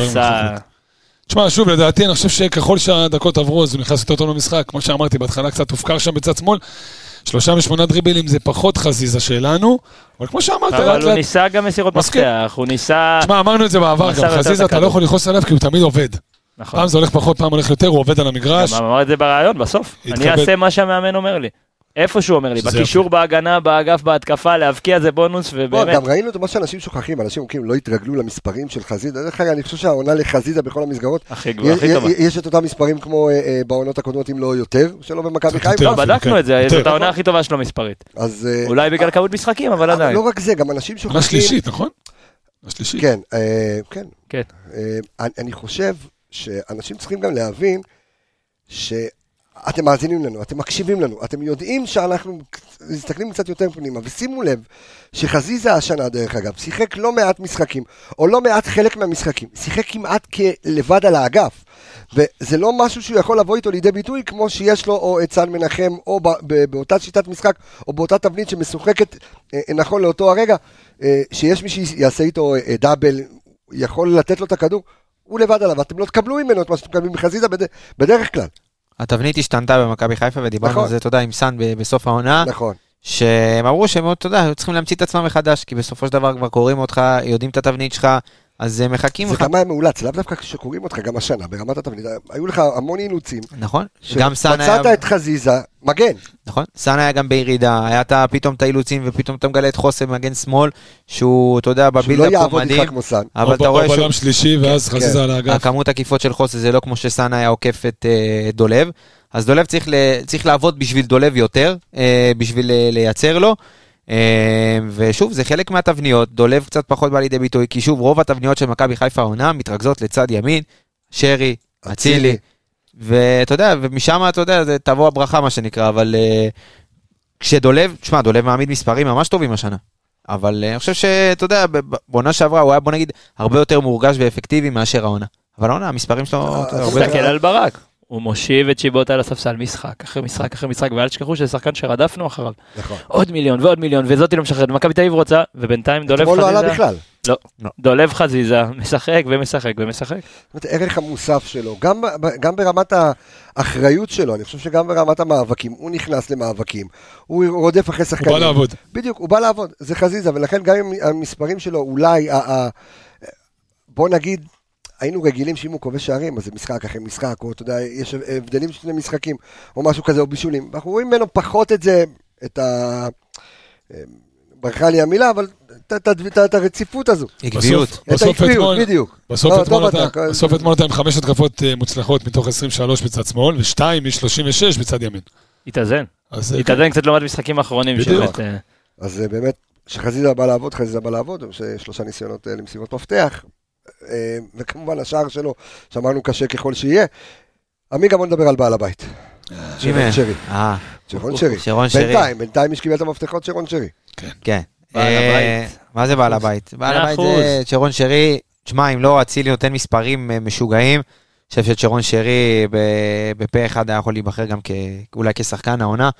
תשמע, שוב, לדעתי, אני חושב שככל שהדקות עברו, אז הוא נכנס יותר טוב למשחק. כמו שאמרתי, בהתחלה קצת הופקר שם בצד שמאל. שלושה משמונה דריבלים זה פחות חזיזה שלנו, אבל כמו שאמרת... אבל הוא ניסה גם מסירות מפתח, הוא ניסה... תשמע, אמרנו את זה בעבר גם, חזיזה אתה לא יכול לכעוס עליו כי הוא תמיד עובד. פעם זה הולך פחות, פעם הולך יותר, הוא עובד על המגרש. גם אמר את זה ברעיון, בסוף. אני אעשה מה שהמאמן אומר לי. איפה שהוא אומר לי, בקישור, בהגנה, באגף, בהתקפה, להבקיע זה בונוס, ובאמת... גם ראינו את מה שאנשים שוכחים, אנשים לא התרגלו למספרים של חזיזה, דרך אגב, אני חושב שהעונה לחזיזה בכל המסגרות, יש את אותם מספרים כמו בעונות הקודמות, אם לא יותר, שלא במכבי חיפה. לא, בדקנו את זה, זאת העונה הכי טובה שלו מספרית. אולי בגלל כמות משחקים, אבל עדיין. לא רק זה, גם אנשים שוכחים... עונה שלישית, נכון? השלישית. כן, כן. אני חושב שאנשים צריכים גם להבין ש אתם מאזינים לנו, אתם מקשיבים לנו, אתם יודעים שאנחנו מסתכלים קצת יותר פנימה, ושימו לב שחזיזה השנה דרך אגב, שיחק לא מעט משחקים, או לא מעט חלק מהמשחקים, שיחק כמעט כלבד על האגף, וזה לא משהו שהוא יכול לבוא איתו לידי ביטוי, כמו שיש לו או את סן מנחם, או באותה שיטת משחק, או באותה תבנית שמשוחקת נכון לאותו הרגע, שיש מי שיעשה איתו דאבל, יכול לתת לו את הכדור, הוא לבד עליו, אתם לא תקבלו ממנו את מה שאתם מקבלים מחזיזה בדרך כלל. התבנית השתנתה במכבי חיפה, ודיברנו על זה, תודה, עם סן בסוף העונה. נכון. שהם אמרו שהם מאוד, תודה, צריכים להמציא את עצמם מחדש, כי בסופו של דבר כבר קוראים אותך, יודעים את התבנית שלך, אז מחכים לך. זה גם היה מאולץ, לאו דווקא שקוראים אותך גם השנה, ברמת התבנית, היו לך המון אילוצים. נכון. גם סן היה... מצאת את חזיזה, מגן. נכון. סן היה גם בירידה, היה אתה פתאום את האילוצים, ופתאום אתה מגלה את חוסם מגן שמאל, שהוא, אתה יודע, בבילדאפ הוא מדהים. אבל אתה רואה שהוא... שלישי, ואז חזיזה על האגף. הכמות הקיפות של חוסם זה לא כמו שסן היה עוקף את דולב. אז דולב צריך, צריך לעבוד בשביל דולב יותר, בשביל לייצר לו, ושוב, זה חלק מהתבניות, דולב קצת פחות בא לידי ביטוי, כי שוב, רוב התבניות של מכבי חיפה העונה מתרכזות לצד ימין, שרי, אצילי, ואתה יודע, ומשם אתה יודע, זה תבוא הברכה מה שנקרא, אבל כשדולב, תשמע, דולב מעמיד מספרים ממש טובים השנה, אבל אני חושב שאתה יודע, בעונה שעברה הוא היה, בוא נגיד, הרבה יותר מורגש ואפקטיבי מאשר העונה. אבל העונה, המספרים שלו... תסתכל על ברק. הוא מושיב את שיבוטה על הספסל משחק, אחרי משחק, אחרי משחק, ואל תשכחו שזה שחקן שרדפנו אחריו. עוד מיליון ועוד מיליון, וזאתי לא משחררת. מכבי תל אביב רוצה, ובינתיים דולב חזיזה... אתמול לא עלה בכלל. לא, דולב חזיזה, משחק ומשחק ומשחק. זאת אומרת, ערך המוסף שלו, גם, גם ברמת האחריות שלו, אני חושב שגם ברמת המאבקים, הוא נכנס למאבקים, הוא רודף אחרי שחקנים. הוא בא לעבוד. בדיוק, הוא בא לעבוד, זה חזיזה, ולכן גם עם המספרים שלו, אולי, בוא נגיד, היינו רגילים שאם הוא כובש שערים, אז זה משחק אחרי משחק, או אתה יודע, יש הבדלים שני משחקים, או משהו כזה, או בישולים. אנחנו רואים ממנו פחות את זה, את ה... ברכה לי המילה, אבל את הרציפות הזו. עקביות. את העקביות, בדיוק. בסוף אתמול אתה עם חמש התקפות מוצלחות מתוך עשרים ושלוש בצד שמאל, ושתיים מ-שלושים ושש בצד ימין. התאזן. התאזן קצת לעומת משחקים האחרונים. אז באמת, שחזיזה בא לעבוד, חזיזה בא לעבוד, שלושה ניסיונות למסירות מפתח, וכמובן השער שלו, שאמרנו קשה ככל שיהיה. עמיגה, בוא נדבר על בעל הבית. שרון שרי. שרון שרי. שרון שרי. בינתיים, בינתיים יש קיבל את המפתחות שרון שרי. כן. בעל הבית. מה זה בעל הבית? בעל הבית זה שרון שרי, תשמע, אם לא אצילי נותן מספרים משוגעים, אני חושב ששרון שרי בפה אחד היה יכול להיבחר גם אולי כשחקן העונה,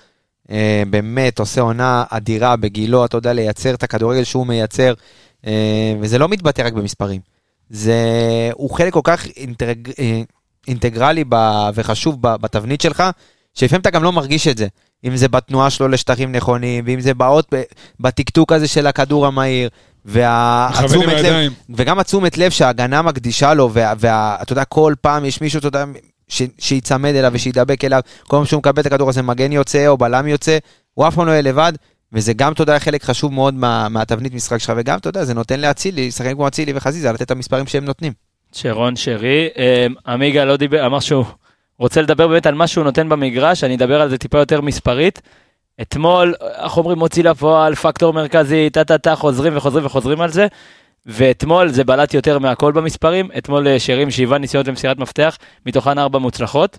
באמת עושה עונה אדירה בגילו, אתה יודע, לייצר את הכדורגל שהוא מייצר, וזה לא מתבטא רק במספרים. זה, הוא חלק כל כך אינטרג, אינטגרלי ב, וחשוב בתבנית שלך, שלפעמים אתה גם לא מרגיש את זה. אם זה בתנועה שלו לשטחים נכונים, ואם זה באות בטקטוק הזה של הכדור המהיר, והתשומת לב, וגם התשומת לב שההגנה מקדישה לו, ואתה יודע, כל פעם יש מישהו, אתה יודע, שיצמד אליו ושידבק אליו, כל פעם שהוא מקבל את הכדור הזה, מגן יוצא או בלם יוצא, הוא אף פעם לא יהיה לבד, וזה גם, אתה יודע, חלק חשוב מאוד מה, מהתבנית משחק שלך, וגם, אתה יודע, זה נותן להצילי, שחקנים כמו אצילי וחזיזה, לתת את המספרים שהם נותנים. שרון שרי, עמיגה לא דיבר, אמר שהוא רוצה לדבר באמת על מה שהוא נותן במגרש, אני אדבר על זה טיפה יותר מספרית. אתמול, אנחנו אומרים, מוציא לפועל, פקטור מרכזי, טה-טה-טה, חוזרים וחוזרים וחוזרים על זה, ואתמול זה בלט יותר מהכל במספרים, אתמול שרים שבעה ניסיונות למסירת מפתח, מתוכן ארבע מוצלחות.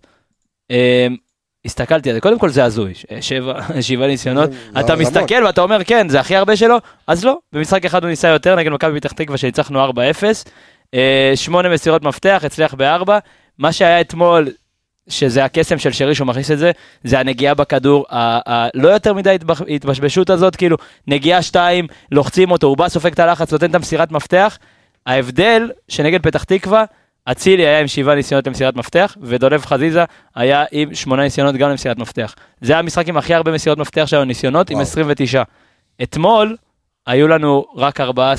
הסתכלתי על זה, קודם כל זה הזוי, שבע, שבעה ניסיונות, אתה מסתכל ואתה אומר כן, זה הכי הרבה שלו, אז לא, במשחק אחד הוא ניסה יותר, נגד מכבי פתח תקווה שניצחנו ארבע אפס, שמונה מסירות מפתח, הצליח בארבע, מה שהיה אתמול, שזה הקסם של שרי שהוא מכניס את זה, זה הנגיעה בכדור, לא יותר מדי התבשבשות הזאת, כאילו נגיעה שתיים, לוחצים אותו, הוא בא סופק את הלחץ, נותן את המסירת מפתח, ההבדל שנגד פתח תקווה, אצילי היה עם שבעה ניסיונות למסירת מפתח, ודולב חזיזה היה עם שמונה ניסיונות גם למסירת מפתח. זה המשחק עם הכי הרבה מסירות מפתח שהיו ניסיונות, עם עשרים ותשע. אתמול היו לנו רק ארבע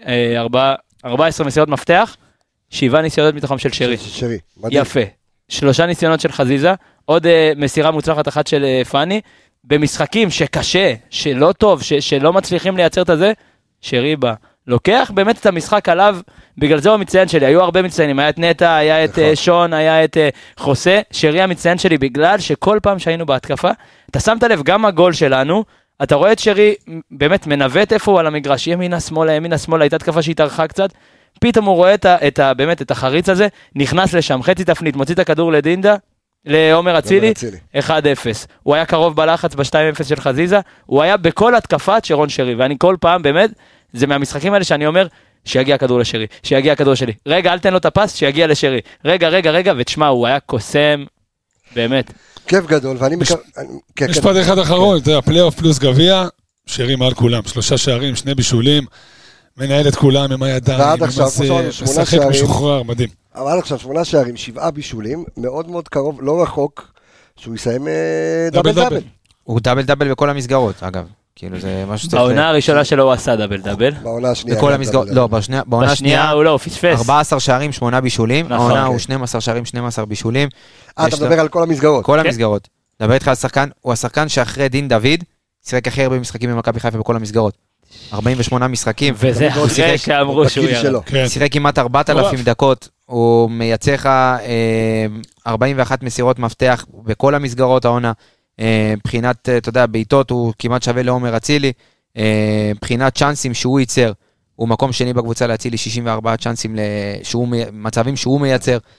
עשרה מסירות מפתח, שבעה ניסיונות מתוכם של שרי. שרי, יפה. שלושה ניסיונות של חזיזה, עוד מסירה מוצלחת אחת של פני, במשחקים שקשה, שלא טוב, שלא מצליחים לייצר את זה, שרי בא. לוקח באמת את המשחק עליו, בגלל זה הוא המצטיין שלי, היו הרבה מצטיינים, היה את נטה, היה את שון, היה את חוסה, שרי המצטיין שלי, בגלל שכל פעם שהיינו בהתקפה, אתה שמת לב גם הגול שלנו, אתה רואה את שרי באמת מנווט איפה הוא על המגרש, ימינה שמאלה, ימינה שמאלה, הייתה התקפה שהתארכה קצת, פתאום הוא רואה את, את, באמת את החריץ הזה, נכנס לשם, חצי תפנית, מוציא את הכדור לדינדה, לעומר אצילי, אחד אפס. הוא היה קרוב בלחץ ב-שתיים אפס של חזיזה, הוא היה בכל התקפת שרון שרי, ואני כל פעם באמת, זה מהמשחקים האלה שאני אומר, שיגיע הכדור לשרי, שיגיע הכדור שלי. רגע, אל תן לו את הפס, שיגיע לשרי. רגע, רגע, רגע, ותשמע, הוא היה קוסם, באמת. כיף גדול, ואני... משפט אחד אחרון, זה הפלייאוף פלוס גביע, שרי מעל כולם, שלושה שערים, שני בישולים, מנהל את כולם עם הידיים, ועד עכשיו, שמונה שערים, משוחרר, מדהים. אבל עד עכשיו, שמונה שערים, שבעה בישולים, מאוד מאוד קרוב, לא רחוק, שהוא יסיים דאבל דאבל. הוא דאבל דאבל בכל המסגרות, אגב. כאילו זה משהו... בעונה הראשונה שלו הוא עשה דאבל דאבל. בעונה השנייה. בכל המסגרות, לא, בעונה השנייה הוא לא, פספס. ארבעה עשר שערים, שמונה בישולים, העונה הוא שנים עשר שערים, שנים עשר בישולים. אה, אתה מדבר על כל המסגרות. כל המסגרות. דבר איתך על שחקן, הוא השחקן שאחרי דין דוד, שיחק הכי הרבה משחקים במכבי חיפה בכל המסגרות. ארבעים ושמונה משחקים. וזה אחרי שאמרו שהוא ירד. שיחק כמעט ארבעת אלפים דקות, הוא מייצר לך ארבעים ואחת מסירות מפתח בכל המסגרות העונה. מבחינת, אתה יודע, בעיטות הוא כמעט שווה לעומר אצילי. מבחינת צ'אנסים שהוא ייצר, הוא מקום שני בקבוצה להצילי שישים וארבעה צ'אנסים, מצבים שהוא מייצר.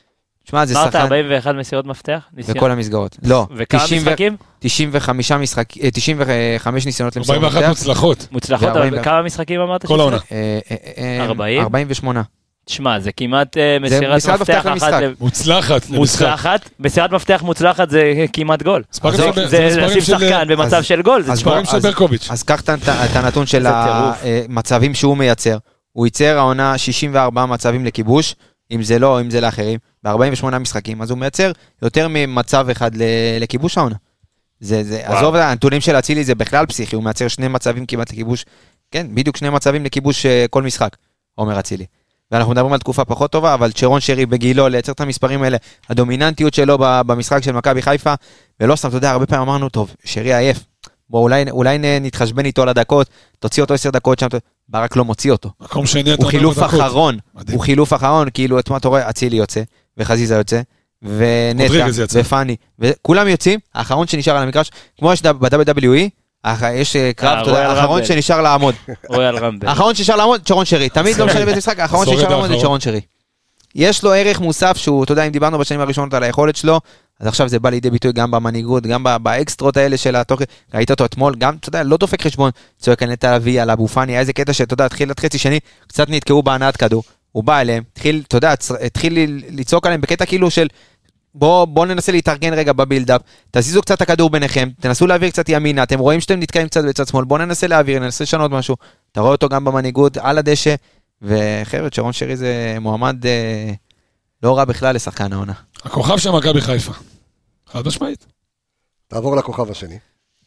תשמע, זה אמרת שחקן... ארבעים ואחת מסירות מפתח? בכל המסגרות. לא. וכמה משחקים? תשעים וחמישה משחקים, תשעים וחמש ניסיונות למסירות מפתח. ארבעים ואחת מוצלחות. מוצלחות, אבל כמה משחקים אמרת? כל העונה. ארבעים? ארבעים ושמונה. תשמע, זה כמעט מסירת מפתח אחת... מוצלחת. מוצלחת. מסירת מפתח מוצלחת זה כמעט גול. זה לשים שחקן במצב של גול. זה ספרים של ברקוביץ'. אז קח את הנתון של המצבים שהוא מייצר. הוא ייצר העונה שישים וארבעה מצבים לכיבוש, אם זה לא, אם זה לאחרים, ב-ארבעים ושמונה משחקים, אז הוא מייצר יותר ממצב אחד לכיבוש העונה. זה, זה, עזוב, הנתונים של אצילי זה בכלל פסיכי, הוא מייצר שני מצבים כמעט לכיבוש, כן, בדיוק שני מצבים לכיבוש כל משחק, אומר אצילי. ואנחנו מדברים על תקופה פחות טובה, אבל צ'רון שרי בגילו, לייצר את המספרים האלה, הדומיננטיות שלו במשחק של מכבי חיפה, ולא סתם, אתה יודע, הרבה פעמים אמרנו, טוב, שרי עייף, בוא, אולי, אולי נתחשבן איתו לדקות, תוציא אותו עשר דקות שם, ברק לא מוציא אותו. הוא חילוף אחרון, הוא חילוף אחרון, כאילו, את מה אתה רואה, אצילי יוצא, וחזיזה יוצא, ונטע, ופני, וכולם יוצאים, האחרון שנשאר על המגרש, כמו יש ב-דאבליו דאבליו אי, יש קרב, אתה יודע, האחרון שנשאר לעמוד. רויאל רמבל. האחרון שנשאר לעמוד, צ'רון שרי, תמיד לא משנה באיזה משחק, האחרון שנשאר לעמוד זה צ'רון שרי. יש לו ערך מוסף שהוא, אתה יודע, אם דיברנו בשנים הראשונות על היכולת שלו, אז עכשיו זה בא לידי ביטוי גם במנהיגות, גם באקסטרות האלה של התוכן, ראית אותו אתמול, גם, אתה יודע, לא דופק חשבון, צועק על נטע לביא, על אבו פאני, היה איזה קטע שאתה יודע, התחיל עד חצי שני, קצת נתקעו בהנעת כדור, הוא בא אליהם, התחיל, אתה יודע, התחיל לצעוק עליהם בקטע כאילו של, בוא, בוא ננסה להתארגן רגע בבילדאפ, תזיזו קצת הכדור ביניכם, תנסו להעביר קצת ימינה, אתם רואים שאתם נתקעים קצת בצד שמאל, בוא ננסה להעביר, ננסה לשנות משהו, אתה רואה אותו גם במנהיגות, על הדשא, וחבר'ה, צ'רון שרי זה מועמד אה, לא רע בכלל לשחקן העונה. הכוכב של מכבי חיפה. חד משמעית. תעבור לכוכב השני.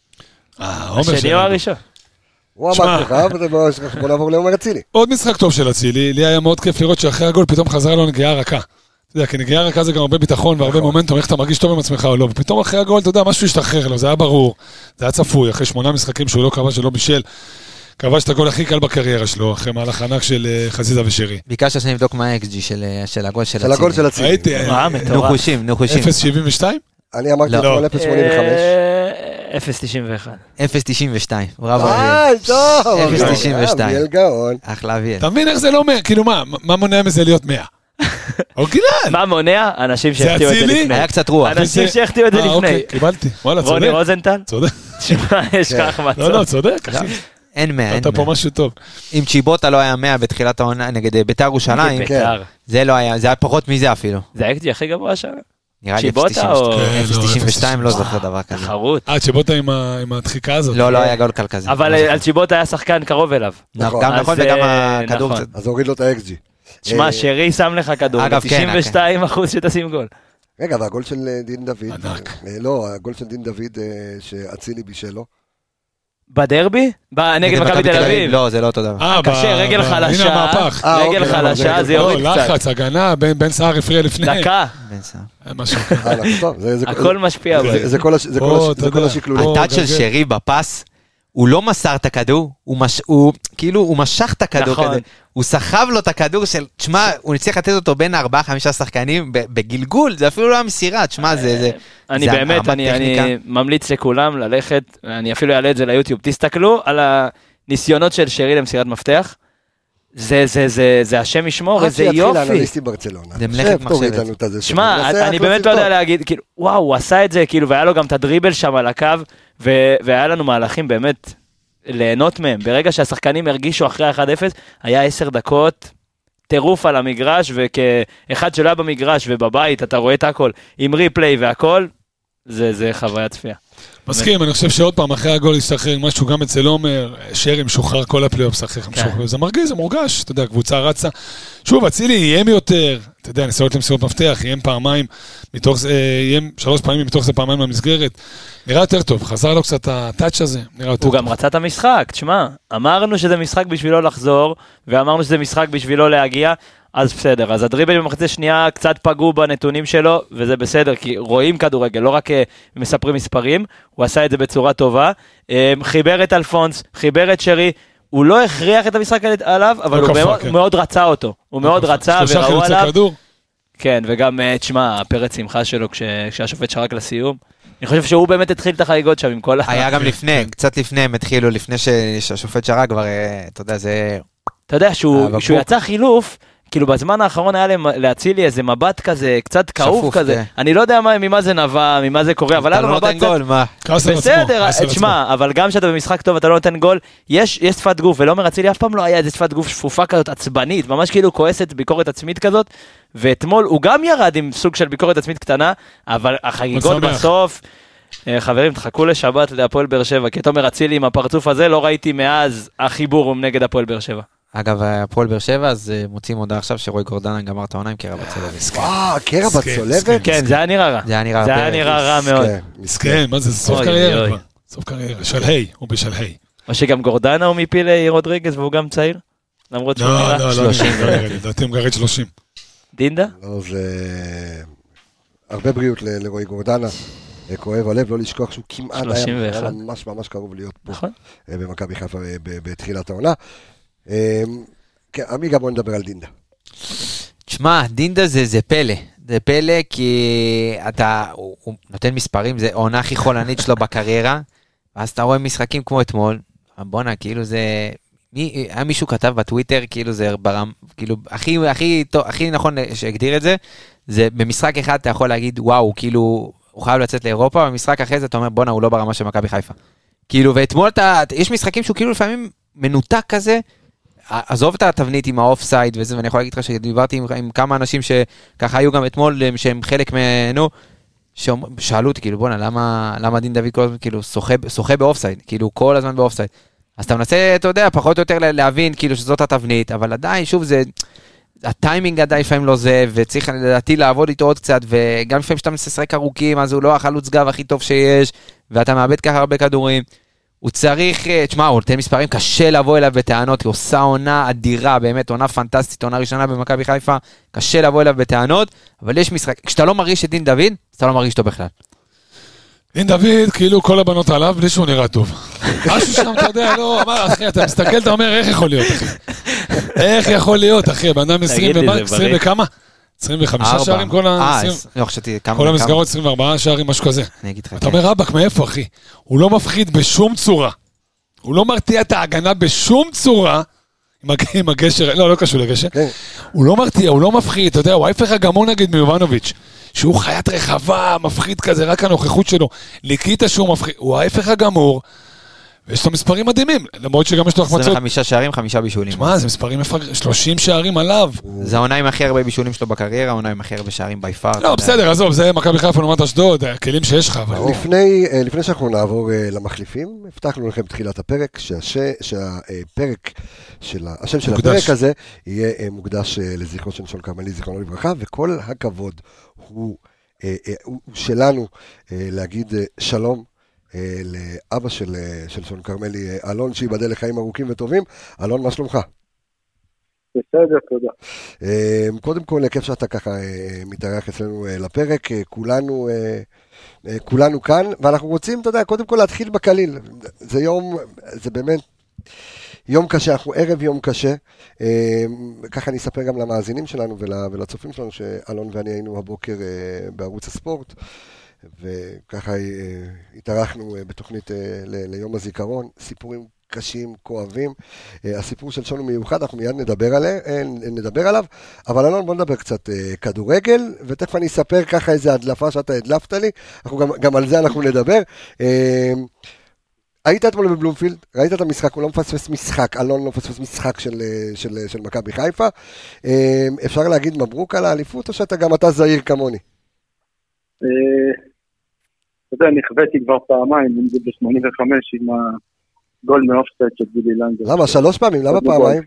השני או הראשון? הוא אמר כוכב, בוא נעבור לעומר אצילי. עוד משחק טוב של אצילי, לי היה מאוד כיף לראות שאחרי הגול פתאום חזרה לו נגיעה רכה. אתה יודע, כי נגיעה רכה זה גם הרבה ביטחון והרבה מומנטום, איך אתה מרגיש טוב עם עצמך או לא, ופתאום אחרי הגול, אתה יודע, משהו השתחרר לו, זה היה ברור, זה היה צפוי, אחרי שמונה משחקים שהוא לא כבש שלא בישל, כבש את הגול הכי קל בקריירה שלו, אחרי מהלך ענק של חזיזה ושירי. ביקשת שאני אבדוק מה ה-אקס ג'י של הגול של אצילי. של הגול של אצילי. הייתי, נוחושים, נוחושים. אפס שבעים ושתיים? אני אמרתי אתמול אפס שמונים וחמש. אפס תשעים ואחת. אפס תשעים ושתיים. בראבו. אה, טוב. אפס תשעים ושתיים. אביאל גאון. אחלה אביאל. אתה מבין איך זה לא מאה? כאילו מה, מה מונע מזה להיות מאה? או גילן. מה מונע? אנשים שהחתיאו את זה לפני. היה קצת רוח. אנשים שהחתיאו את זה לפני. אוקיי, קיבלתי. וואלה, צודק. רוני רוזנטל? צודק. שמה, יש כך מצב. לא, לא, צודק, אחי. אין מאה, אין מאה. אתה פה משהו טוב. אם צ'יבוטה לא היה מאה בתחילת העונה נגד בית"ר ירושלים, זה לא היה, זה היה פחות מזה אפילו. זה היה הכי גבוה השנה. נראה לי אפס תשעים ושתיים, לא זוכר דבר כזה. תחרות. אה, צ'יבוטה עם הדחיקה הזאת. לא, לא היה גול קל כזה. אבל על צ'יבוטה היה שחקן קרוב אליו. גם נכון וגם הכדור קצת. אז הוריד לו את ה-אקס ג'י. תשמע, שרי שם לך כדור, תשעים ושתיים אחוז שתשים גול. רגע, והגול של דין דוד. ענק. לא, הגול של דין דוד שאצילי בישלו. בדרבי? נגד מכבי תל אביב. לא, זה לא אותו דבר. קשה, רגל חלשה, רגל חלשה, זה יוריד קצת. לא, לחץ, הגנה, בן סער הפריע לפני. דקה. בן סער. משהו. הכל משפיע. זה כל השקלולים. הטאץ' של שרי בפס, הוא לא מסר את הכדור, הוא כאילו, הוא משך את הכדור כזה. הוא סחב לו את הכדור של, תשמע, הוא נצליח לתת אותו בין ארבעה, חמישה שחקנים בגלגול, זה אפילו לא המסירה, תשמע, זה... אני באמת, אני ממליץ לכולם ללכת, אני אפילו אעלה את זה ליוטיוב, תסתכלו על הניסיונות של שרי למסירת מפתח, זה, זה, זה, זה השם ישמור, איזה יופי. עד שיתחיל אנליסטי ברצלונה. זה מלאכת מחשבת. שמע, אני באמת לא יודע להגיד, כאילו, וואו, הוא עשה את זה, כאילו, והיה לו גם את הדריבל שם על הקו, והיה לנו מהלכים באמת ליהנות מהם. ברגע שהשחקנים הרגישו אחרי אחד אפס, היה עשר דקות טירוף על המגרש, וכאחד שלא היה במגרש ובבית, אתה רואה את הכל, עם ריפליי והכל, זה, זה חוויה צפייה. מסכים, אני חושב שעוד פעם אחרי הגול ישתחרר משהו גם אצל עומר, שרי משוחרר כל הפלייאוף, זה מרגיש, זה מורגש, אתה יודע, קבוצה רצה. שוב, אצילי איים יותר, אתה יודע, ניסיונות למסירות מפתח, איים פעמיים, איים שלוש פעמים מתוך זה פעמיים במסגרת, נראה יותר טוב, חזר לו קצת הטאץ' הזה, נראה יותר טוב. הוא גם רצה את המשחק, תשמע, אמרנו שזה משחק בשבילו לחזור, ואמרנו שזה משחק בשבילו להגיע, אז בסדר, אז הדריבל במחצית שנייה קצת פגעו בנתונים שלו, וזה בסדר, כי רואים כדורגל, לא רק מספרים מספרים, הוא עשה את זה בצורה טובה, חיבר את אלפונס, חיבר את שרי, הוא לא הכריח את המשחק עליו, אבל הוא מאוד רצה אותו, הוא מאוד רצה וראו עליו, כן, וגם, תשמע, הפרץ שמחה שלו כשהשופט שרק לסיום, אני חושב שהוא באמת התחיל את החגיגות שם עם כל ה... היה גם לפני, קצת לפני הם התחילו, לפני שהשופט שרק כבר, אתה יודע, זה... אתה יודע, שהוא יצא חילוף, כאילו בזמן האחרון היה להציל לי איזה מבט כזה, קצת כאוב כזה, כן. אני לא יודע מה, ממה זה נבע, ממה זה קורה, אבל היה לו מבט קצת, בסדר, תשמע, אבל גם שאתה במשחק טוב אתה לא נותן גול, יש יש שפת גוף, ולא אצילי אף פעם לא היה איזה שפת גוף שפופה כזאת עצבנית, ממש כאילו כועסת ביקורת עצמית כזאת, ואתמול הוא גם ירד עם סוג של ביקורת עצמית קטנה, אבל החגיגות בסוף, חברים, תחכו לשבת להפועל באר שבע, כי תומר אצילי עם הפרצוף הזה, לא ראיתי מאז החיבור נגד הפועל באר שבע. אגב, הפועל באר שבע, אז מוצאים הודעה עכשיו שרוי גורדנה גמר את העונה עם קרע בצולבת. אה, קרע בצולבת? כן, זה היה נראה רע. זה היה נראה זה היה נראה רע מאוד. מסכן, מה זה, סוף קריירה כבר. סוף קריירה, שלהי, הוא בשלהי. או שגם גורדנה הוא מפיל רודריגז והוא גם צעיר? למרות שהוא נראה. לא, לא, לא, לדעתי הוא מגרד שלושים. דינדה? לא, זה... הרבה בריאות לרועי גורדנה. כואב הלב, לא לשכוח שהוא כמעט היה ממש ממש קרוב להיות פה במכבי חיפה בתחילת העונה. כן, עמיגה, בוא נדבר על דינדה. תשמע, דינדה זה, זה פלא. זה פלא כי אתה, הוא, הוא נותן מספרים, זה העונה הכי חולנית שלו בקריירה, ואז אתה רואה משחקים כמו אתמול, בונה, כאילו זה, מי, היה מישהו כתב בטוויטר, כאילו זה ברם, כאילו, הכי, הכי, טוב, הכי נכון שהגדיר את זה, זה במשחק אחד אתה יכול להגיד, וואו, כאילו, הוא חייב לצאת לאירופה, במשחק אחרי זה אתה אומר, בונה, הוא לא ברמה של מכבי חיפה. כאילו, ואתמול אתה, יש משחקים שהוא כאילו לפעמים מנותק כזה, עזוב את התבנית עם האופסייד וזה, ואני יכול להגיד לך שדיברתי עם, עם כמה אנשים שככה היו גם אתמול, שהם חלק ממנו, שאלו אותי, כאילו, בונה, למה, למה דין דוד כל הזמן, כאילו, שוחה, שוחה באופסייד, כאילו, כל הזמן באופסייד. אז אתה מנסה, אתה יודע, פחות או יותר להבין, כאילו, שזאת התבנית, אבל עדיין, שוב, זה, הטיימינג עדיין לפעמים לא זה, וצריך לדעתי לעבוד איתו עוד קצת, וגם לפעמים שאתה מנסה לשחק ארוכים, אז הוא לא החלוץ גב הכי טוב שיש, ואתה מאבד ככה הרבה כדורים. הוא צריך, תשמע, הוא נותן מספרים, קשה לבוא אליו בטענות, היא עושה עונה אדירה, באמת, עונה פנטסטית, עונה ראשונה במכבי חיפה, קשה לבוא אליו בטענות, אבל יש משחק, כשאתה לא מרגיש את דין דוד, אתה לא מרגיש אותו בכלל. דין דוד, כאילו כל הבנות עליו, בלי שהוא נראה טוב. משהו שם, אתה יודע, לא, אמר, אחי, אתה מסתכל, אתה אומר, איך יכול להיות, אחי? איך יכול להיות, אחי? בנם עשרים וכמה? עשרים וחמישה שערים, כל המסגרות עשרים וארבעה שערים, משהו כזה. אתה אומר, רבק, מאיפה, אחי? הוא לא מפחיד בשום צורה. הוא לא מרתיע את ההגנה בשום צורה, עם הגשר, לא, לא קשור לגשר. הוא לא מרתיע, הוא לא מפחיד, אתה יודע, הוא ההפך הגמור נגיד מיובנוביץ', שהוא חיית רחבה, מפחיד כזה, רק הנוכחות שלו. ליקיטה שהוא מפחיד, הוא ההפך הגמור, ויש לו מספרים מדהימים, למרות שגם יש לו החמצות. עשרים וחמישה שערים, חמישה בישולים. תשמע, זה מספרים שלושים שערים עליו. זה העונה עם הכי הרבה בישולים שלו בקריירה, העונה עם הכי הרבה שערים ביפר. לא, בסדר, עזוב, זה מכבי חיפה לעומת אשדוד, הכלים שיש לך. לפני שאנחנו נעבור למחליפים, הבטחנו לכם בתחילת הפרק, שהפרק, השם של הפרק הזה, יהיה מוקדש לזכרו של שון כרמלי, זיכרונו לברכה, וכל הכבוד הוא שלנו להגיד שלום, לאבא של, של שון כרמלי, אלון, שיבדל לחיים ארוכים וטובים. אלון, מה שלומך? בסדר, תודה. קודם כל, כיף שאתה ככה מתארח אצלנו לפרק, כולנו, כולנו כאן, ואנחנו רוצים, אתה יודע, קודם כל להתחיל בקליל. זה יום, זה באמת יום קשה, אנחנו ערב יום קשה. ככה אני אספר גם למאזינים שלנו ולצופים שלנו, שאלון ואני היינו הבוקר בערוץ הספורט, וככה התארחנו בתוכנית ליום הזיכרון, סיפורים קשים, כואבים. הסיפור של שון הוא מיוחד, אנחנו מיד נדבר עליו, נדבר עליו, אבל אלון, בוא נדבר קצת כדורגל, ותכף אני אספר ככה איזה הדלפה שאתה הדלפת לי, אנחנו גם, גם על זה אנחנו נדבר. היית אתמול בבלומפילד, ראית את המשחק, הוא לא מפספס משחק, אלון לא מפספס משחק של, של, של מכבי חיפה. אפשר להגיד מברוק על האליפות, או שאתה גם אתה זהיר כמוני? אתה יודע, נכוויתי כבר פעמיים, אם זה ב-שמונים וחמש עם הגול מאופסייד של גילי לנדר. למה? שלוש פעמים? למה פעמיים?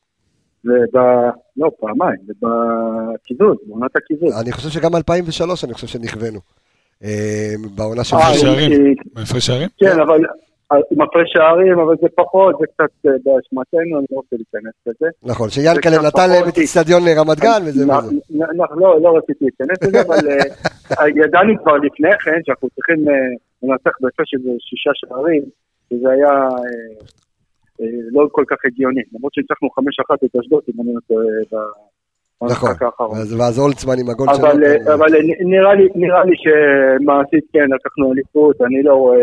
לא, פעמיים, זה בקיזוז, בעונת הקיזוז. אני חושב שגם אלפיים ושלוש, אני חושב שנכווינו. בעונה של שערים. מפרש שערים? כן, אבל עם הפרש שערים, אבל זה פחות, זה קצת באשמתנו, אני לא רוצה להיכנס לזה. נכון, שיאנקל'ה נתן להם את אצטדיון רמת גן וזה וזה. לא, לא רציתי להיכנס לזה, אבל ידענו כבר לפני כן, שאנחנו צריכים לנצח בהפרש של שישה שערים, וזה היה לא כל כך הגיוני, למרות שהצלחנו חמש אחת את אשדוד, אם אני נותן נכון, ואז אולצמן עם הגול שלו. אבל נראה לי שמעשית כן, לקחנו אליפות, אני לא רואה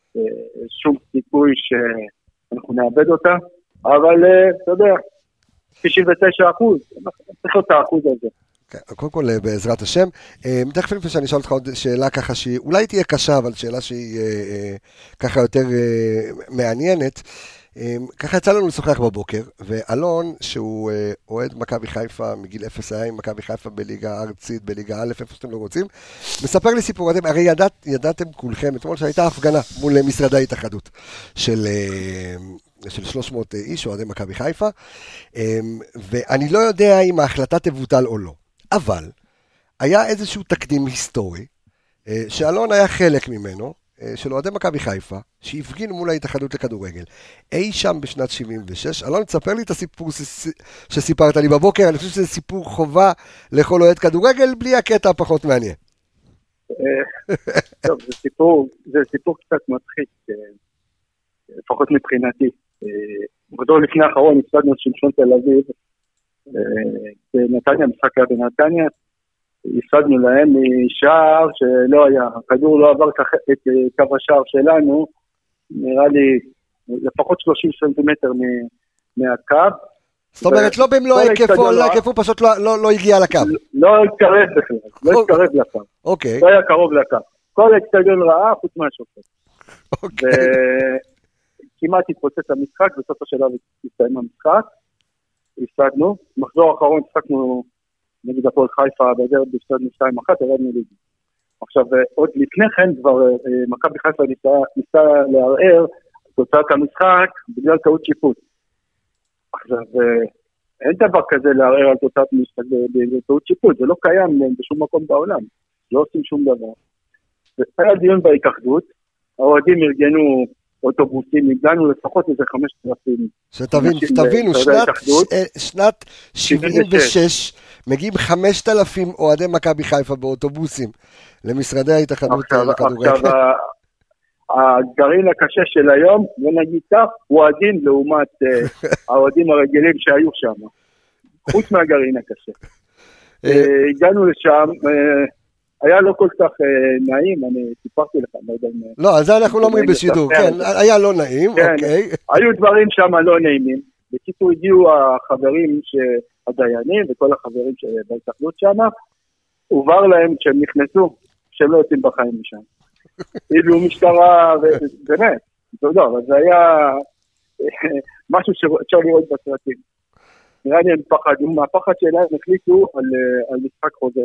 שום סיכוי שאנחנו נאבד אותה, אבל אתה יודע, תשעים ותשע אחוז, צריך להיות האחוז הזה. קודם כל, בעזרת השם. תכף לפני שאני אשאל אותך עוד שאלה ככה שהיא, אולי תהיה קשה, אבל שאלה שהיא ככה יותר מעניינת. ככה יצא לנו לשוחח בבוקר, ואלון, שהוא אוהד מכבי חיפה מגיל אפס, היה עם מכבי חיפה בליגה ארצית, בליגה א', איפה שאתם לא רוצים, מספר לי סיפור, אתם, הרי ידעת, ידעתם כולכם, אתמול שהייתה הפגנה מול משרדי ההתאחדות של, של שלוש מאות איש, אוהדי מכבי חיפה, ואני לא יודע אם ההחלטה תבוטל או לא, אבל היה איזשהו תקדים היסטורי, שאלון היה חלק ממנו, של אוהדי מכבי חיפה, שהפגינו מול ההתאחדות לכדורגל, אי שם בשנת שבעים ושש. אלון, תספר לי את הסיפור שסיפרת לי בבוקר, אני חושב שזה סיפור חובה לכל אוהד כדורגל, בלי הקטע הפחות מעניין. טוב, זה סיפור, זה סיפור קצת מצחיק, לפחות מבחינתי. בגדול לפני האחרון, הפסדנו את שמשון תל אביב, בנתניה, משחק היה בנתניה, הפסדנו להם משער שלא היה, הכדור לא עבר את קו השער שלנו, נראה לי לפחות שלושים סנטימטר מהקו. זאת אומרת, לא במלוא היקפו, לא היקפו, פשוט לא הגיע לקו. לא התקרב בכלל, לא התקרב לקו. אוקיי. לא היה קרוב לקו. כל האצטדיון רעה, חוץ מהשופט. וכמעט התפוצץ המשחק, בסוף השלב הסתיים המשחק, הפסדנו, מחזור האחרון הפסקנו נגד הפועל חיפה, בדרך בפסדנו שתיים אחת, הרדנו ליגה. עכשיו, עוד לפני כן כבר מכבי חיפה ניסה לערער תוצאת המשחק בגלל טעות שיפוט. עכשיו, אין דבר כזה לערער על תוצאת המשחק בטעות שיפוט, זה לא קיים בשום מקום בעולם, לא עושים שום דבר. היה דיון בהתאחדות, האוהדים ארגנו אוטובוסים, הגענו לפחות איזה חמשת אלפים. שתבינו, שנת שבעים ושש מגיעים חמשת אלפים אוהדי מכבי חיפה באוטובוסים למשרדי ההתאחדות לכדורגל. עכשיו, הגרעין הקשה של היום, בוא נגיד כך, אוהדים לעומת האוהדים הרגילים שהיו שם. חוץ מהגרעין הקשה. הגענו לשם, היה לא כל כך נעים, אני סיפרתי לך, לא יודע. לא, אז זה אנחנו לא אומרים בשידור, כן, היה לא נעים, אוקיי. היו דברים שם לא נעימים. בקיצור הגיעו החברים הדיינים וכל החברים בהתאחדות שם, הובהר להם שהם נכנסו, שהם לא יוצאים בחיים משם. הביאו משטרה, ובאמת, אתה יודע, אבל זה היה משהו שאפשר לראות בסרטים. נראה לי הם פחדו, מהפחד שלהם החליטו על משחק חוזר.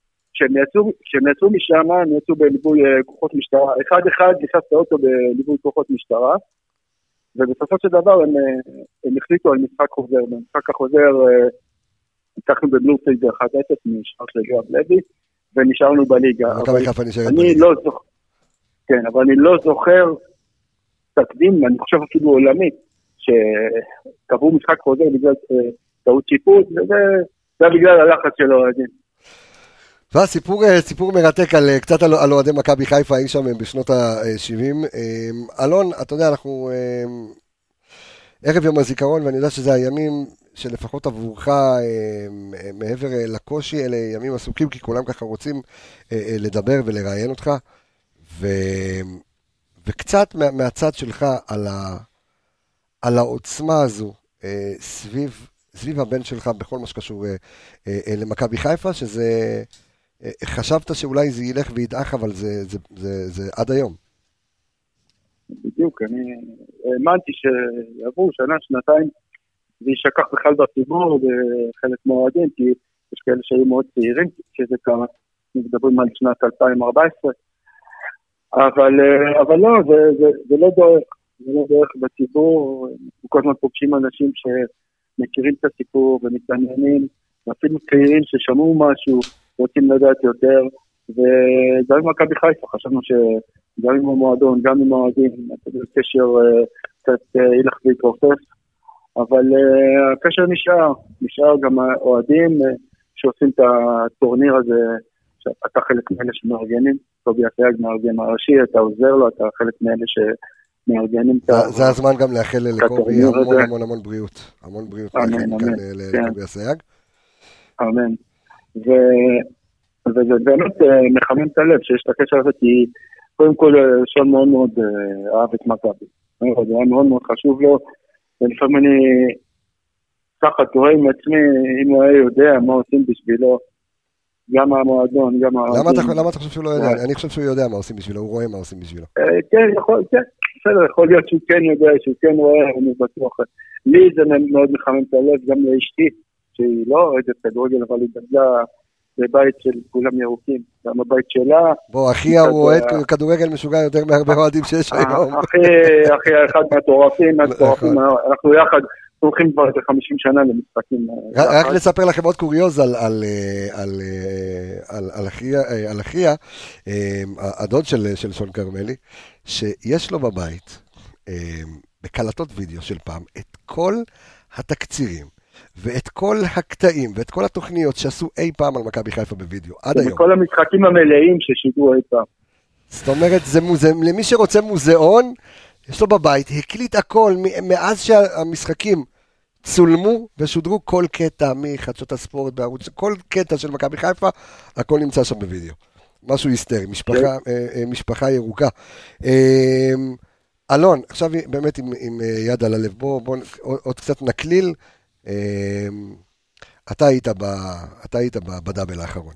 כשהם יצאו משם, הם יצאו בליווי כוחות משטרה. אחד אחד נכנס לאוטו בליווי כוחות משטרה, ובסופו של דבר הם, הם החליטו על משחק חוזר. במשחק החוזר הצלחנו בבלומפילד אחד אפס משחק של יואב לוי, ונשארנו בליגה. אני לא זוכר, כן, אבל אני לא זוכר תקדים, אני חושב אפילו עולמי, שקבעו משחק חוזר בגלל טעות שיפוט, וזה בגלל הלחץ של האוהדים. סיפור, סיפור מרתק על, קצת על, על אוהדי מכבי חיפה, אי שם בשנות ה-שבעים. אלון, אתה יודע, אנחנו ערב יום הזיכרון, ואני יודע שזה הימים שלפחות עבורך, מעבר לקושי, אלה ימים עסוקים, כי כולם ככה רוצים לדבר ולראיין אותך, ו, וקצת מה, מהצד שלך על, ה, על העוצמה הזו, סביב, סביב הבן שלך בכל מה שקשור למכבי חיפה, שזה... חשבת שאולי זה ילך וידעך, אבל זה, זה, זה, זה עד היום. בדיוק, אני האמנתי שיעברו שנה, שנתיים, זה יישכח בכלל בציבור, בחלק מהאוהדים, כי יש כאלה שהיו מאוד צעירים, שזה כמה, מדברים על שנת אלפיים וארבע עשרה, אבל, אבל לא, זה, זה, זה לא דרך, זה לא דרך בציבור, כל הזמן פוגשים אנשים שמכירים את הסיפור ומתעניינים, ואפילו צעירים ששמעו משהו, רוצים לדעת יותר, וגם עם מכבי חיפה, חשבנו שגם עם המועדון, גם עם האוהדים, הקשר קצת ילך ויתרופף, אבל הקשר נשאר, נשאר גם האוהדים שעושים את הטורניר הזה, שאתה חלק מאלה שמארגנים, טובי אסייג מארגן הראשי, אתה עוזר לו, אתה חלק מאלה שמארגנים את ה... זה הזמן גם לאחל לקובי המון המון המון בריאות, המון בריאות לקובי אסייג. אמן. וזה באמת מחמם את הלב שיש את הקשר הזה, כי קודם כל שון מאוד מאוד אהב את מכבי, זה היה מאוד מאוד חשוב לו, ולפעמים אני ככה תוהה עם עצמי, אם הוא היה יודע מה עושים בשבילו, גם המועדון, גם המועדון. למה אתה חושב שהוא לא יודע? אני חושב שהוא יודע מה עושים בשבילו, הוא רואה מה עושים בשבילו. כן, יכול, כן, בסדר, יכול להיות שהוא כן יודע, שהוא כן רואה, אני בטוח. לי זה מאוד מחמם את הלב, גם לאשתי, שהיא לא אוהדת כדורגל, אבל היא גדלה בבית של כולם ירוקים, גם הבית שלה. בוא, אחיה הוא אוהד כדורגל משוגע יותר מהרבה אוהדים שיש היום. אחי האחד מהטורפים, מהטורפים, אנחנו יחד. הולכים כבר איזה חמישים שנה למשחקים. רק לספר לכם עוד קוריוז על אחיה, הדוד של שון קרמלי, שיש לו בבית, בקלטות וידאו של פעם, את כל התקצירים, ואת כל הקטעים, ואת כל התוכניות שעשו אי פעם על מכבי חיפה בווידאו, עד היום. וכל המשחקים המלאים ששידרו אי פעם. זאת אומרת, למי שרוצה מוזיאון, יש לו בבית, הקליט הכל, מאז שהמשחקים צולמו ושודרו כל קטע מחדשות הספורט בערוץ, כל קטע של מכבי חיפה, הכל נמצא שם בווידאו. משהו היסטרי, משפחה, משפחה ירוקה. אלון, עכשיו באמת עם, עם יד על הלב, בוא, בוא עוד קצת נקליל. אתה היית, ב, אתה היית בדאבל האחרון.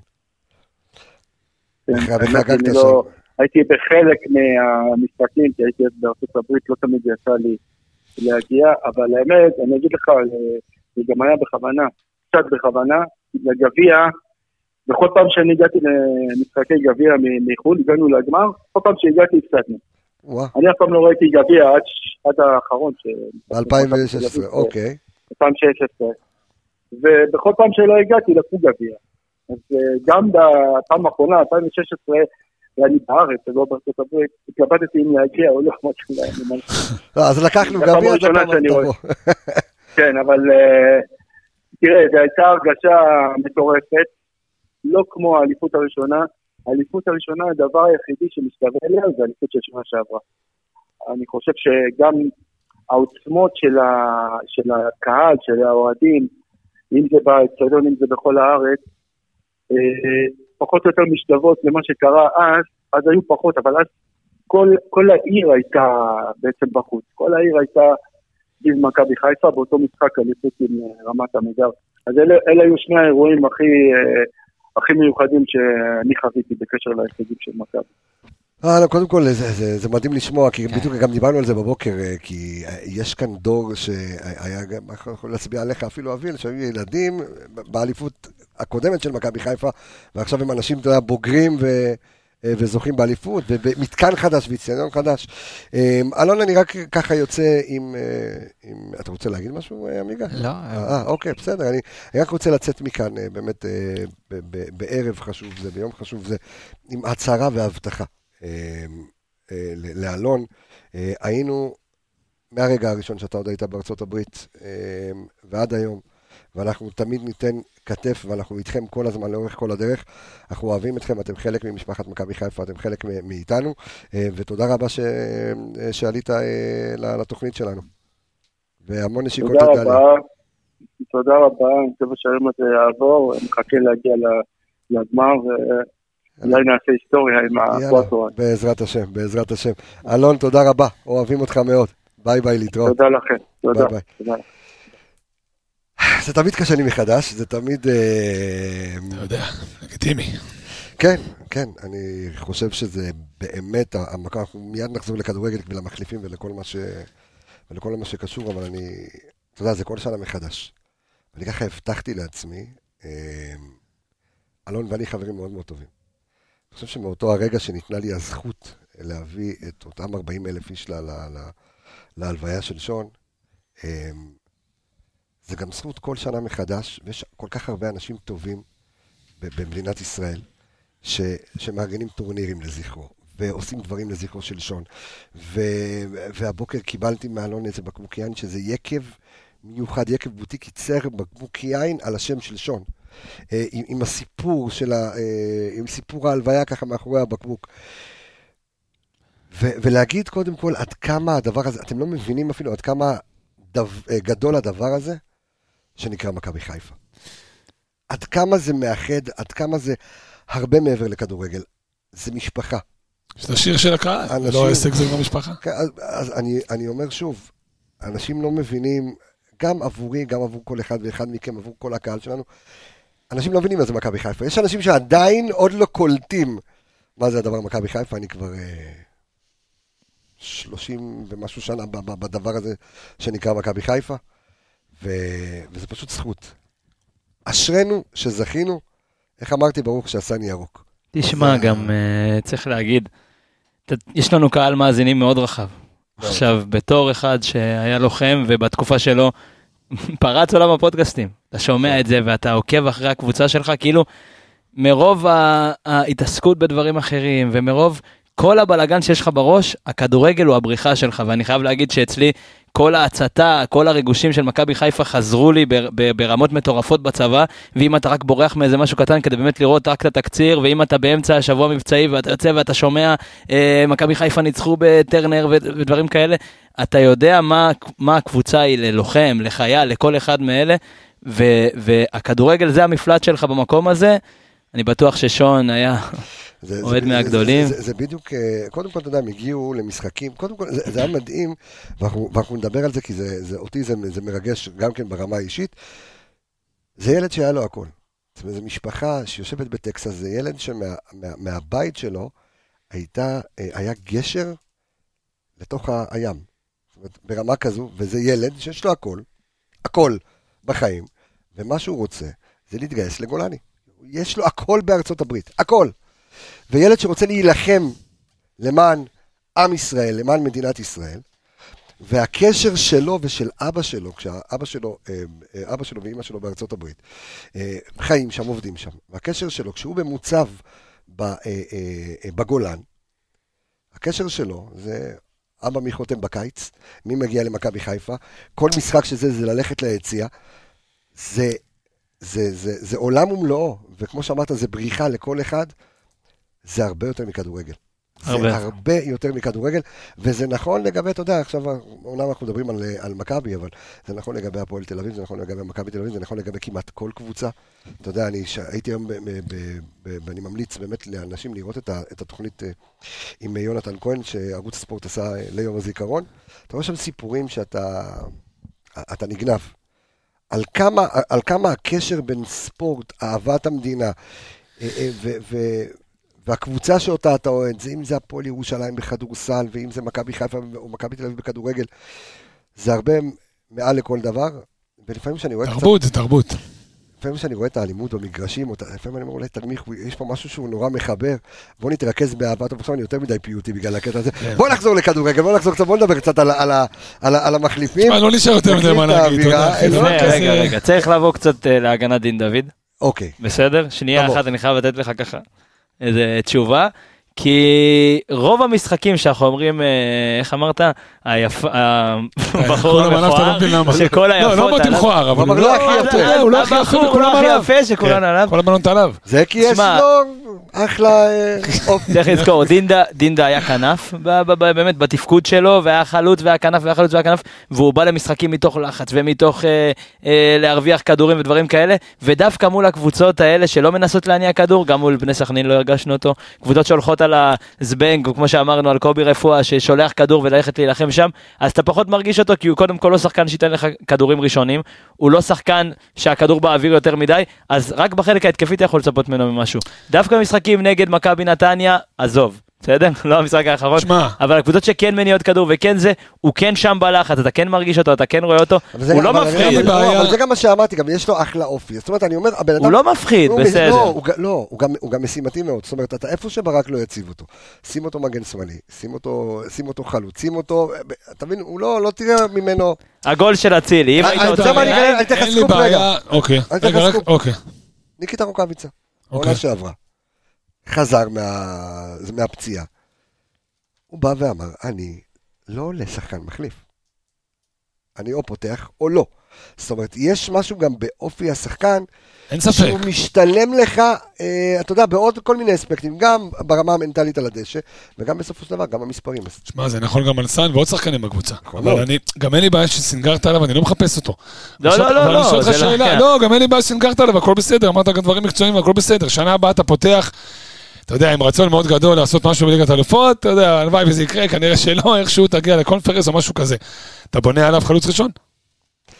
הייתי בחלק מהמשחקים, כי הייתי בארצות הברית, לא תמיד יצא לי להגיע, אבל האמת, אני אגיד לך, זה גם היה בכוונה, קצת בכוונה, לגביע, בכל פעם שאני הגעתי למשחקי גביע מחול, הגענו לגמר, כל פעם שהגעתי הפסדנו. אני אף פעם לא ראיתי גביע עד האחרון. ב-אלפיים ושש עשרה, אוקיי. אלפיים ושש עשרה. ובכל פעם שלא הגעתי לקחו גביע. אז גם בפעם האחרונה, אלפיים ושש עשרה, ואני בארץ, ולא בארצות הברית, התלבטתי אם להגיע או לא, משהו להם. אז לקחנו גביע, אז הפעם תבוא. כן, אבל תראה, זו הייתה הרגשה מטורפת, לא כמו האליפות הראשונה. האליפות הראשונה, הדבר היחידי שמשתווה אליה, זה האליפות של שנה שעברה. אני חושב שגם העוצמות של הקהל, של האוהדים, אם זה באצטדיון, אם זה בכל הארץ, פחות או יותר משתוות למה שקרה אז, אז היו פחות, אבל אז כל, כל העיר הייתה בעצם בחוץ, כל העיר הייתה סביב מכבי חיפה, באותו משחק אליפות עם רמת עמידר. אז אלה, אלה היו שני האירועים הכי, הכי מיוחדים שאני חוויתי בקשר להישגים של מכבי. אה, לא, קודם כל, זה, זה, זה מדהים לשמוע, כי בדיוק גם דיברנו על זה בבוקר, כי יש כאן דור שהיה גם, יכול להצביע עליך אפילו אביל, שהיו ילדים באליפות הקודמת של מכבי חיפה, ועכשיו הם אנשים, אתה יודע, בוגרים ו, וזוכים באליפות, ומתקן חדש, ואצטדיון חדש. אלון, אני רק ככה יוצא עם, עם... אתה רוצה להגיד משהו, אמיגה? לא. אה, אוקיי, בסדר. אני, אני רק רוצה לצאת מכאן, באמת, ב, ב, בערב חשוב זה, ביום חשוב זה, עם הצהרה והבטחה. לאלון, היינו מהרגע הראשון שאתה עוד היית בארצות הברית ועד היום, ואנחנו תמיד ניתן כתף, ואנחנו איתכם כל הזמן לאורך כל הדרך. אנחנו אוהבים אתכם, אתם חלק ממשפחת מכבי חיפה, אתם חלק מאיתנו, ותודה רבה שעלית לתוכנית שלנו, והמון נשיקות לגלי. תודה רבה, תודה רבה, אני חושב שהיום הזה יעבור, אני מחכה להגיע לגמר, אולי נעשה היסטוריה עם הפרוטו. בעזרת השם, בעזרת השם. אלון, תודה רבה, אוהבים אותך מאוד. ביי ביי, להתראות. תודה לכם, תודה. זה תמיד קשה לי מחדש, זה תמיד... אתה יודע, לגיטימי. כן, כן, אני חושב שזה באמת, אנחנו מיד נחזור לכדורגל ולמחליפים ולכל מה ש... ולכל מה שקשור, אבל אני... אתה יודע, זה כל שנה מחדש. אני ככה הבטחתי לעצמי, אלון ואני חברים מאוד מאוד טובים. אני חושב שמאותו הרגע שניתנה לי הזכות להביא את אותם ארבעים אלף איש להלוויה של שון, זה גם זכות כל שנה מחדש, ויש כל כך הרבה אנשים טובים במדינת ישראל, שמארגנים טורנירים לזכרו, ועושים דברים לזכרו של שון. והבוקר קיבלתי מאלון איזה בקבוק יין, שזה יקב מיוחד, יקב בוטיק ייצר בקבוק יין על השם של שון. עם, עם הסיפור של ה, עם סיפור ההלוויה ככה מאחורי הבקבוק. ו, ולהגיד קודם כל עד כמה הדבר הזה, אתם לא מבינים אפילו עד כמה דו, גדול הדבר הזה שנקרא מכבי חיפה. עד כמה זה מאחד, עד כמה זה הרבה מעבר לכדורגל. זה משפחה. זה השיר של הקהל, אנשים, לא העסק זה עם המשפחה. אז, אז אני, אני אומר שוב, אנשים לא מבינים, גם עבורי, גם עבור כל אחד ואחד מכם, עבור כל הקהל שלנו, אנשים לא מבינים מה זה מכבי חיפה. יש אנשים שעדיין עוד לא קולטים מה זה הדבר מכבי חיפה, אני כבר אה, שלושים ומשהו שנה בדבר הזה שנקרא מכבי חיפה, ו... וזה פשוט זכות. אשרנו שזכינו, איך אמרתי, ברוך שעשני ירוק. תשמע, גם uh, צריך להגיד, יש לנו קהל מאזינים מאוד רחב. עכשיו, בתור אחד שהיה לוחם, ובתקופה שלו פרץ עולם הפודקאסטים, אתה שומע את זה ואתה עוקב אחרי הקבוצה שלך, כאילו מרוב ההתעסקות בדברים אחרים, ומרוב כל הבלגן שיש לך בראש, הכדורגל הוא הבריחה שלך, ואני חייב להגיד שאצלי כל ההצתה, כל הרגושים של מכבי חיפה חזרו לי ברמות מטורפות בצבא, ואם אתה רק בורח מאיזה משהו קטן כדי באמת לראות רק את התקציר, ואם אתה באמצע השבוע מבצעי ואתה יוצא ואתה שומע מכבי חיפה ניצחו בטרנר ודברים כאלה, אתה יודע מה, מה הקבוצה היא ללוחם, לחייל, לכל אחד מאלה, והכדורגל זה המפלט שלך במקום הזה. אני בטוח ששון היה אוהד מהגדולים. זה, זה, זה בדיוק, קודם כל, אתה יודע, הם הגיעו למשחקים, קודם כל, זה, זה היה מדהים, ואנחנו, ואנחנו נדבר על זה, כי זה, זה, אותי זה, זה מרגש גם כן ברמה האישית. זה ילד שהיה לו הכל. זאת אומרת, זו משפחה שיושבת בטקסס, זה ילד שמהבית מה, מה, שלו הייתה, היה גשר לתוך הים. זאת אומרת, ברמה כזו, וזה ילד שיש לו הכל, הכל בחיים, ומה שהוא רוצה, זה להתגייס לגולני. יש לו הכל בארצות הברית, הכל. וילד שרוצה להילחם למען עם ישראל, למען מדינת ישראל, והקשר שלו ושל אבא שלו, כשאבא שלו, אבא שלו ואמא שלו בארצות הברית, חיים שם, עובדים שם, והקשר שלו, כשהוא במוצב בגולן, הקשר שלו זה אבא מי חותם בקיץ, מי מגיע למכבי חיפה, כל משחק שזה זה ללכת ליציאה, זה... זה, זה, זה עולם ומלואו, וכמו שאמרת, זה בריחה לכל אחד, זה הרבה יותר מכדורגל. הרבה. זה הרבה יותר מכדורגל, וזה נכון לגבי, אתה יודע, עכשיו, אומנם אנחנו מדברים על, על מכבי, אבל זה נכון לגבי הפועל תל אביב, זה נכון לגבי מכבי תל אביב, זה נכון לגבי כמעט כל קבוצה. אתה יודע, אני הייתי היום, ואני ממליץ באמת לאנשים לראות את, ה, את התוכנית עם יונתן כהן, שערוץ הספורט עשה ליום הזיכרון. אתה רואה שם סיפורים שאתה אתה נגנב. על כמה, על כמה הקשר בין ספורט, אהבת המדינה, ו, ו, והקבוצה שאותה אתה אוהד, זה אם זה הפועל ירושלים בכדורסל, ואם זה מכבי חיפה או מכבי תל אביב בכדורגל, זה הרבה מעל לכל דבר, ולפעמים שאני רואה... תרבות, זה תרבות. לפעמים שאני רואה את האלימות במגרשים, לפעמים אני אומר, אולי תנמיך, יש פה משהו שהוא נורא מחבר, בוא נתרכז באהבת, עכשיו אני יותר מדי פיוטי בגלל הקטע הזה, בוא נחזור לכדורגל, בוא נחזור קצת, בוא נדבר קצת על המחליפים. תשמע, לא נשאר יותר מדי מה להגיד. רגע, רגע, צריך לעבור קצת להגנת דין דוד. אוקיי. בסדר? שנייה אחת, אני חייב לתת לך ככה איזה תשובה. כי רוב המשחקים שאנחנו אומרים, איך אמרת, הבחור המכוער, שכל היפות... לא, לא באתי מכוער, אבל הוא לא הכי יפה, הוא לא הכי יפה וכולם עליו. הבחור הכי יפה שכולן עליו. כל הבנות עליו. זה כי יש לו אחלה אופי. צריך לזכור, דינדה היה כנף, באמת בתפקוד שלו, והיה חלוץ והיה כנף והיה חלוץ והיה כנף, והוא בא למשחקים מתוך לחץ ומתוך להרוויח כדורים ודברים כאלה, ודווקא מול הקבוצות האלה שלא מנסות להניע כדור, גם מול בני סכנין לא הרגשנו אותו, קבוצות שהולכות על הזבנג, או כמו שאמרנו על קובי רפואה, ששולח כדור וללכת להילחם שם, אז אתה פחות מרגיש אותו, כי הוא קודם כל לא שחקן שייתן לך כדורים ראשונים, הוא לא שחקן שהכדור באוויר יותר מדי, אז רק בחלק ההתקפי אתה יכול לצפות ממנו ממשהו. דווקא משחקים נגד מכבי נתניה, עזוב, בסדר? לא המשחק האחרון, אבל הקבוצות שכן מניעות כדור וכן זה, הוא כן שם בלחץ, אתה כן מרגיש אותו, אתה כן רואה אותו, הוא לא מפחיד. אבל זה גם מה שאמרתי, גם יש לו אחלה אופי. זאת אומרת, אני אומר, הוא לא מפחיד, בסדר. לא, הוא גם משימתי מאוד. זאת אומרת, אתה איפה שברק לא יציב אותו, שים אותו מגן שמאלי, שים אותו חלוץ, שים אותו, אתה מבין, הוא לא תראה ממנו... הגול של אצילי, אם היית רוצה... אני אתן לך סקופ רגע. אוקיי, רגע, אוקיי. ניקיטה רוקאביצה, עונה שעברה. חזר מה... מהפציעה. הוא בא ואמר, אני לא עולה שחקן מחליף. אני או פותח או לא. זאת אומרת, יש משהו גם באופי השחקן, אין ספק. שהוא משתלם לך, אה, אתה יודע, בעוד כל מיני אספקטים, גם ברמה המנטלית על הדשא, וגם בסופו של דבר, גם המספרים. שמה, זה נכון גם על סן ועוד שחקנים בקבוצה. אבל אני, גם אין לי בעיה שסינגרת עליו, אני לא מחפש אותו. לא, לא, לא, לא. לא, גם אין לי בעיה שסינגרת עליו, הכל בסדר, אמרת גם דברים מקצועיים, הכל בסדר. שנה הבאה אתה פותח, אתה יודע, עם רצון מאוד גדול לעשות משהו בליגת האלופות, אתה יודע, הלוואי וזה יקרה, כנראה שלא, איכשהו תגיע לקונפרנס או משהו כזה. אתה בונה עליו חלוץ ראשון?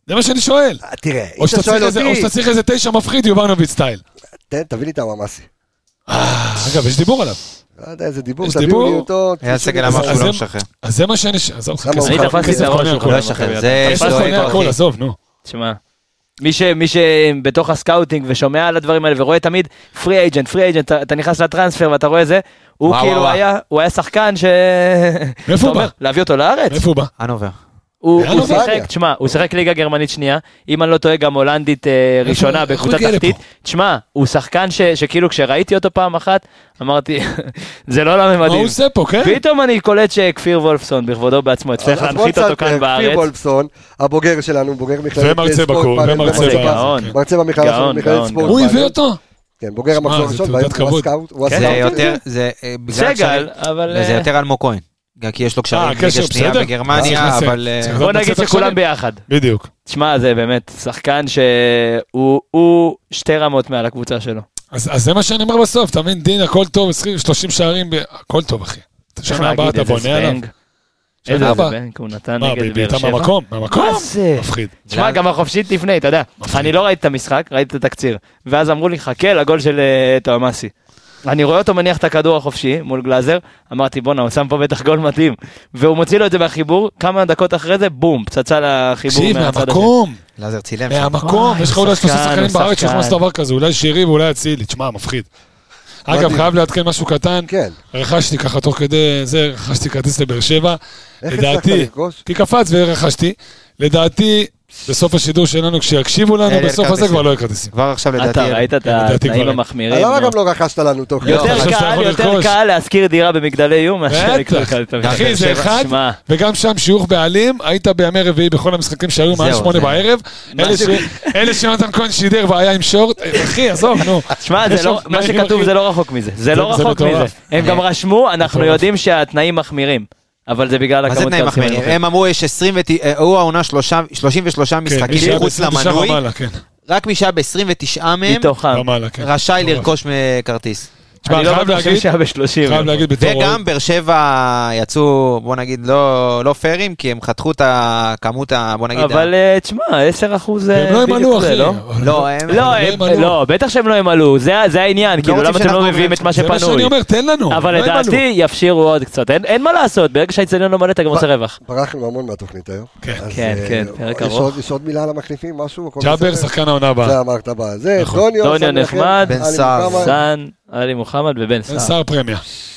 זה מה שאני שואל. תראה, או שאתה צריך איזה תשע מפחיד, יובנוביץ' סטייל. תן, תביא לי את הממאסי. אגב, יש דיבור עליו. לא יודע איזה דיבור, תביאו לי אותו. היה סגל אמר שהוא לא משחרר. אז זה מה שאני... עזוב לך כסף. אני תפסתי את הראש שהוא לא משחרר. זה הכל, עזוב, נו. תשמע, מי שבתוך הסקאוטינג ושומע על הדברים האלה ורואה תמיד פרי אייג'נט, פרי אייג'נט, אתה נכנס לטרנספר ואתה רואה זה, הוא כאילו היה, הוא היה שחקן ש... מאיפה הוא בא? להביא אותו לארץ? מאיפה הוא בא? הנובר. הוא שיחק, תשמע, הוא שיחק ליגה גרמנית שנייה, אם אני לא טועה גם הולנדית ראשונה בקבוצה תחתית, תשמע, הוא שחקן שכאילו כשראיתי אותו פעם אחת, אמרתי, זה לא לממדים. מה הוא עושה פה, כן? פתאום אני קולט שכפיר וולפסון, בכבודו בעצמו, הצליח להנחית אותו כאן בארץ. כפיר וולפסון, הבוגר שלנו, בוגר מכללת ומרצה בקור, ומרצה מרצה במכללת ספורט. הוא הביא אותו? כן, בוגר המחזור ראשון, הוא הסקאוט. זה יותר אלמוג כהן. כי יש לו קשרים ליגה שנייה בגרמניה, אבל... בוא נגיד שכולם ביחד. בדיוק. תשמע, זה באמת שחקן שהוא שתי רמות מעל הקבוצה שלו. אז זה מה שאני אומר בסוף, אתה מבין, דין, הכל טוב, שלושים שערים, הכל טוב, אחי. שנה הבאה אתה בונה עליו. איזה בנק הוא נתן נגד באר שבע. מהמקום, מהמקום. מפחיד. תשמע, גם החופשית לפני, אתה יודע. אני לא ראיתי את המשחק, ראיתי את התקציר. ואז אמרו לי, חכה לגול של תואמאסי. אני רואה אותו מניח את הכדור החופשי מול גלאזר, אמרתי בונה, הוא שם פה בטח גול מתאים, והוא מוציא לו את זה מהחיבור, כמה דקות אחרי זה, בום, פצצה לחיבור מהצד הזה. מהמקום, גלאזר צילם. מהמקום, יש לך אולי שלושה שחקנים בארץ שיכולו לעשות דבר כזה, אולי שירי ואולי אצילי, תשמע, מפחיד. אגב, חייב לעדכן משהו קטן, רכשתי ככה תוך כדי זה, רכשתי כרטיס לבאר שבע, לדעתי, כי קפץ ורכשתי, לדעתי, בסוף השידור שלנו, כשיקשיבו לנו, בסוף הזה כבר לא יקרטיסים. כבר עכשיו לדעתי. אתה ראית את התנאים המחמירים. למה גם לא רכשת לנו תוך יותר קל להשכיר דירה במגדלי איום. אחי, זה אחד, וגם שם שיוך בעלים, היית בימי רביעי בכל המשחקים שהיו מעל שמונה בערב, אלה שיונתן כהן שידר והיה עם שורט, אחי, עזוב, נו. שמע, מה שכתוב זה לא רחוק מזה. זה לא רחוק מזה. הם גם רשמו, אנחנו יודעים שהתנאים מחמירים. אבל זה בגלל הכמות כרטיסים. הם אמרו, יש עשרים, הוא העונה שלושים ושלושה משחקים מחוץ למנוי, רק מי שהיה ב-עשרים ותשע מהם, רשאי לרכוש מכרטיס. אני לא חושב שהיה ב-שלושים. וגם באר שבע יצאו, בוא נגיד, לא פיירים, כי הם חתכו את הכמות, בוא נגיד... אבל תשמע, עשר אחוז... הם לא ימלו, אחי. לא, בטח שהם לא ימלו, זה העניין, כאילו למה אתם לא מביאים את מה שפנוי. זה מה שאני אומר, תן לנו. אבל לדעתי יפשירו עוד קצת, אין מה לעשות, ברגע שהאצטדיון לא מלא, אתה גם עושה רווח. ברחנו המון מהתוכנית היום. כן, כן, פרק ארוך. יש עוד מילה על המחליפים, משהו? ג'אבר, שחקן העונה הבאה. זה אמרת הבאה. זה דוניו נחמד, בן סער, סן, עלי מוחמד ובן סער. בן סער פרמיה.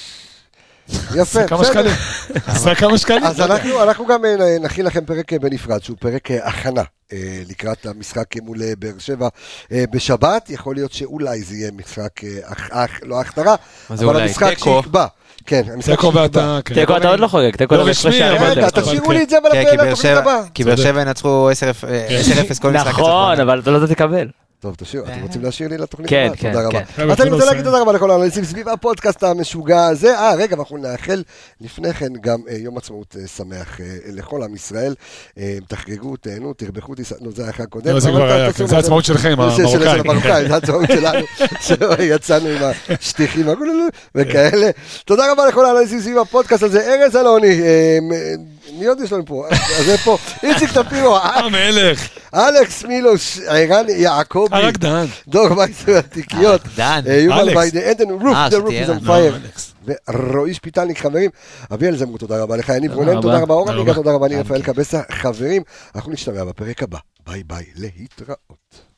יפה. כמה שקלים. עשה כמה שקלים. אז אנחנו גם נכין לכם פרק בנפרד, שהוא פרק הכנה לקראת המשחק מול באר שבע בשבת. יכול להיות שאולי זה יהיה משחק, לא ההכתרה, אבל המשחק שיקבע. כן, תיקו ואתה... תיקו אתה עוד לא חוגג, תיקו לא רשמי. רגע, תשאירו לי את זה לתוכנית הבאה. כי באר שבע ינצחו עשר אפס כל משחק. נכון, אבל אתה לא תקבל. טוב, תשאיר, אתם רוצים להשאיר לי לתוכנית? כן, כן, כן. אז אני רוצה להגיד תודה רבה לכל האנליסטים סביב הפודקאסט המשוגע הזה. אה, רגע, אנחנו נאחל לפני כן גם יום עצמאות שמח לכל עם ישראל. תחגגו, תהנו, תרבחו, נו, זה היה אחרי הקודם. זה כבר היה, זה העצמאות שלכם, המרוקאים. זה העצמאות שלנו, שיצאנו עם השטיחים וכאלה. תודה רבה לכל האנליסטים סביב הפודקאסט הזה. ארז אלוני, מי עוד יש לנו פה? אז זה פה, איציק טפירו, המלך, אלכס מילוש, ערן יעקב, הרקדן, דור וייס והתיקיות, יובל ביידה, עדן רוף, the roof is on fire, ורועי שפיטלניק, חברים, אביאל זמרו, תודה רבה לך, יניב רונן, תודה רבה, אורן ליגה, תודה רבה, אני רפאל קבסה, חברים, אנחנו נשתמע בפרק הבא, ביי ביי, להתראות.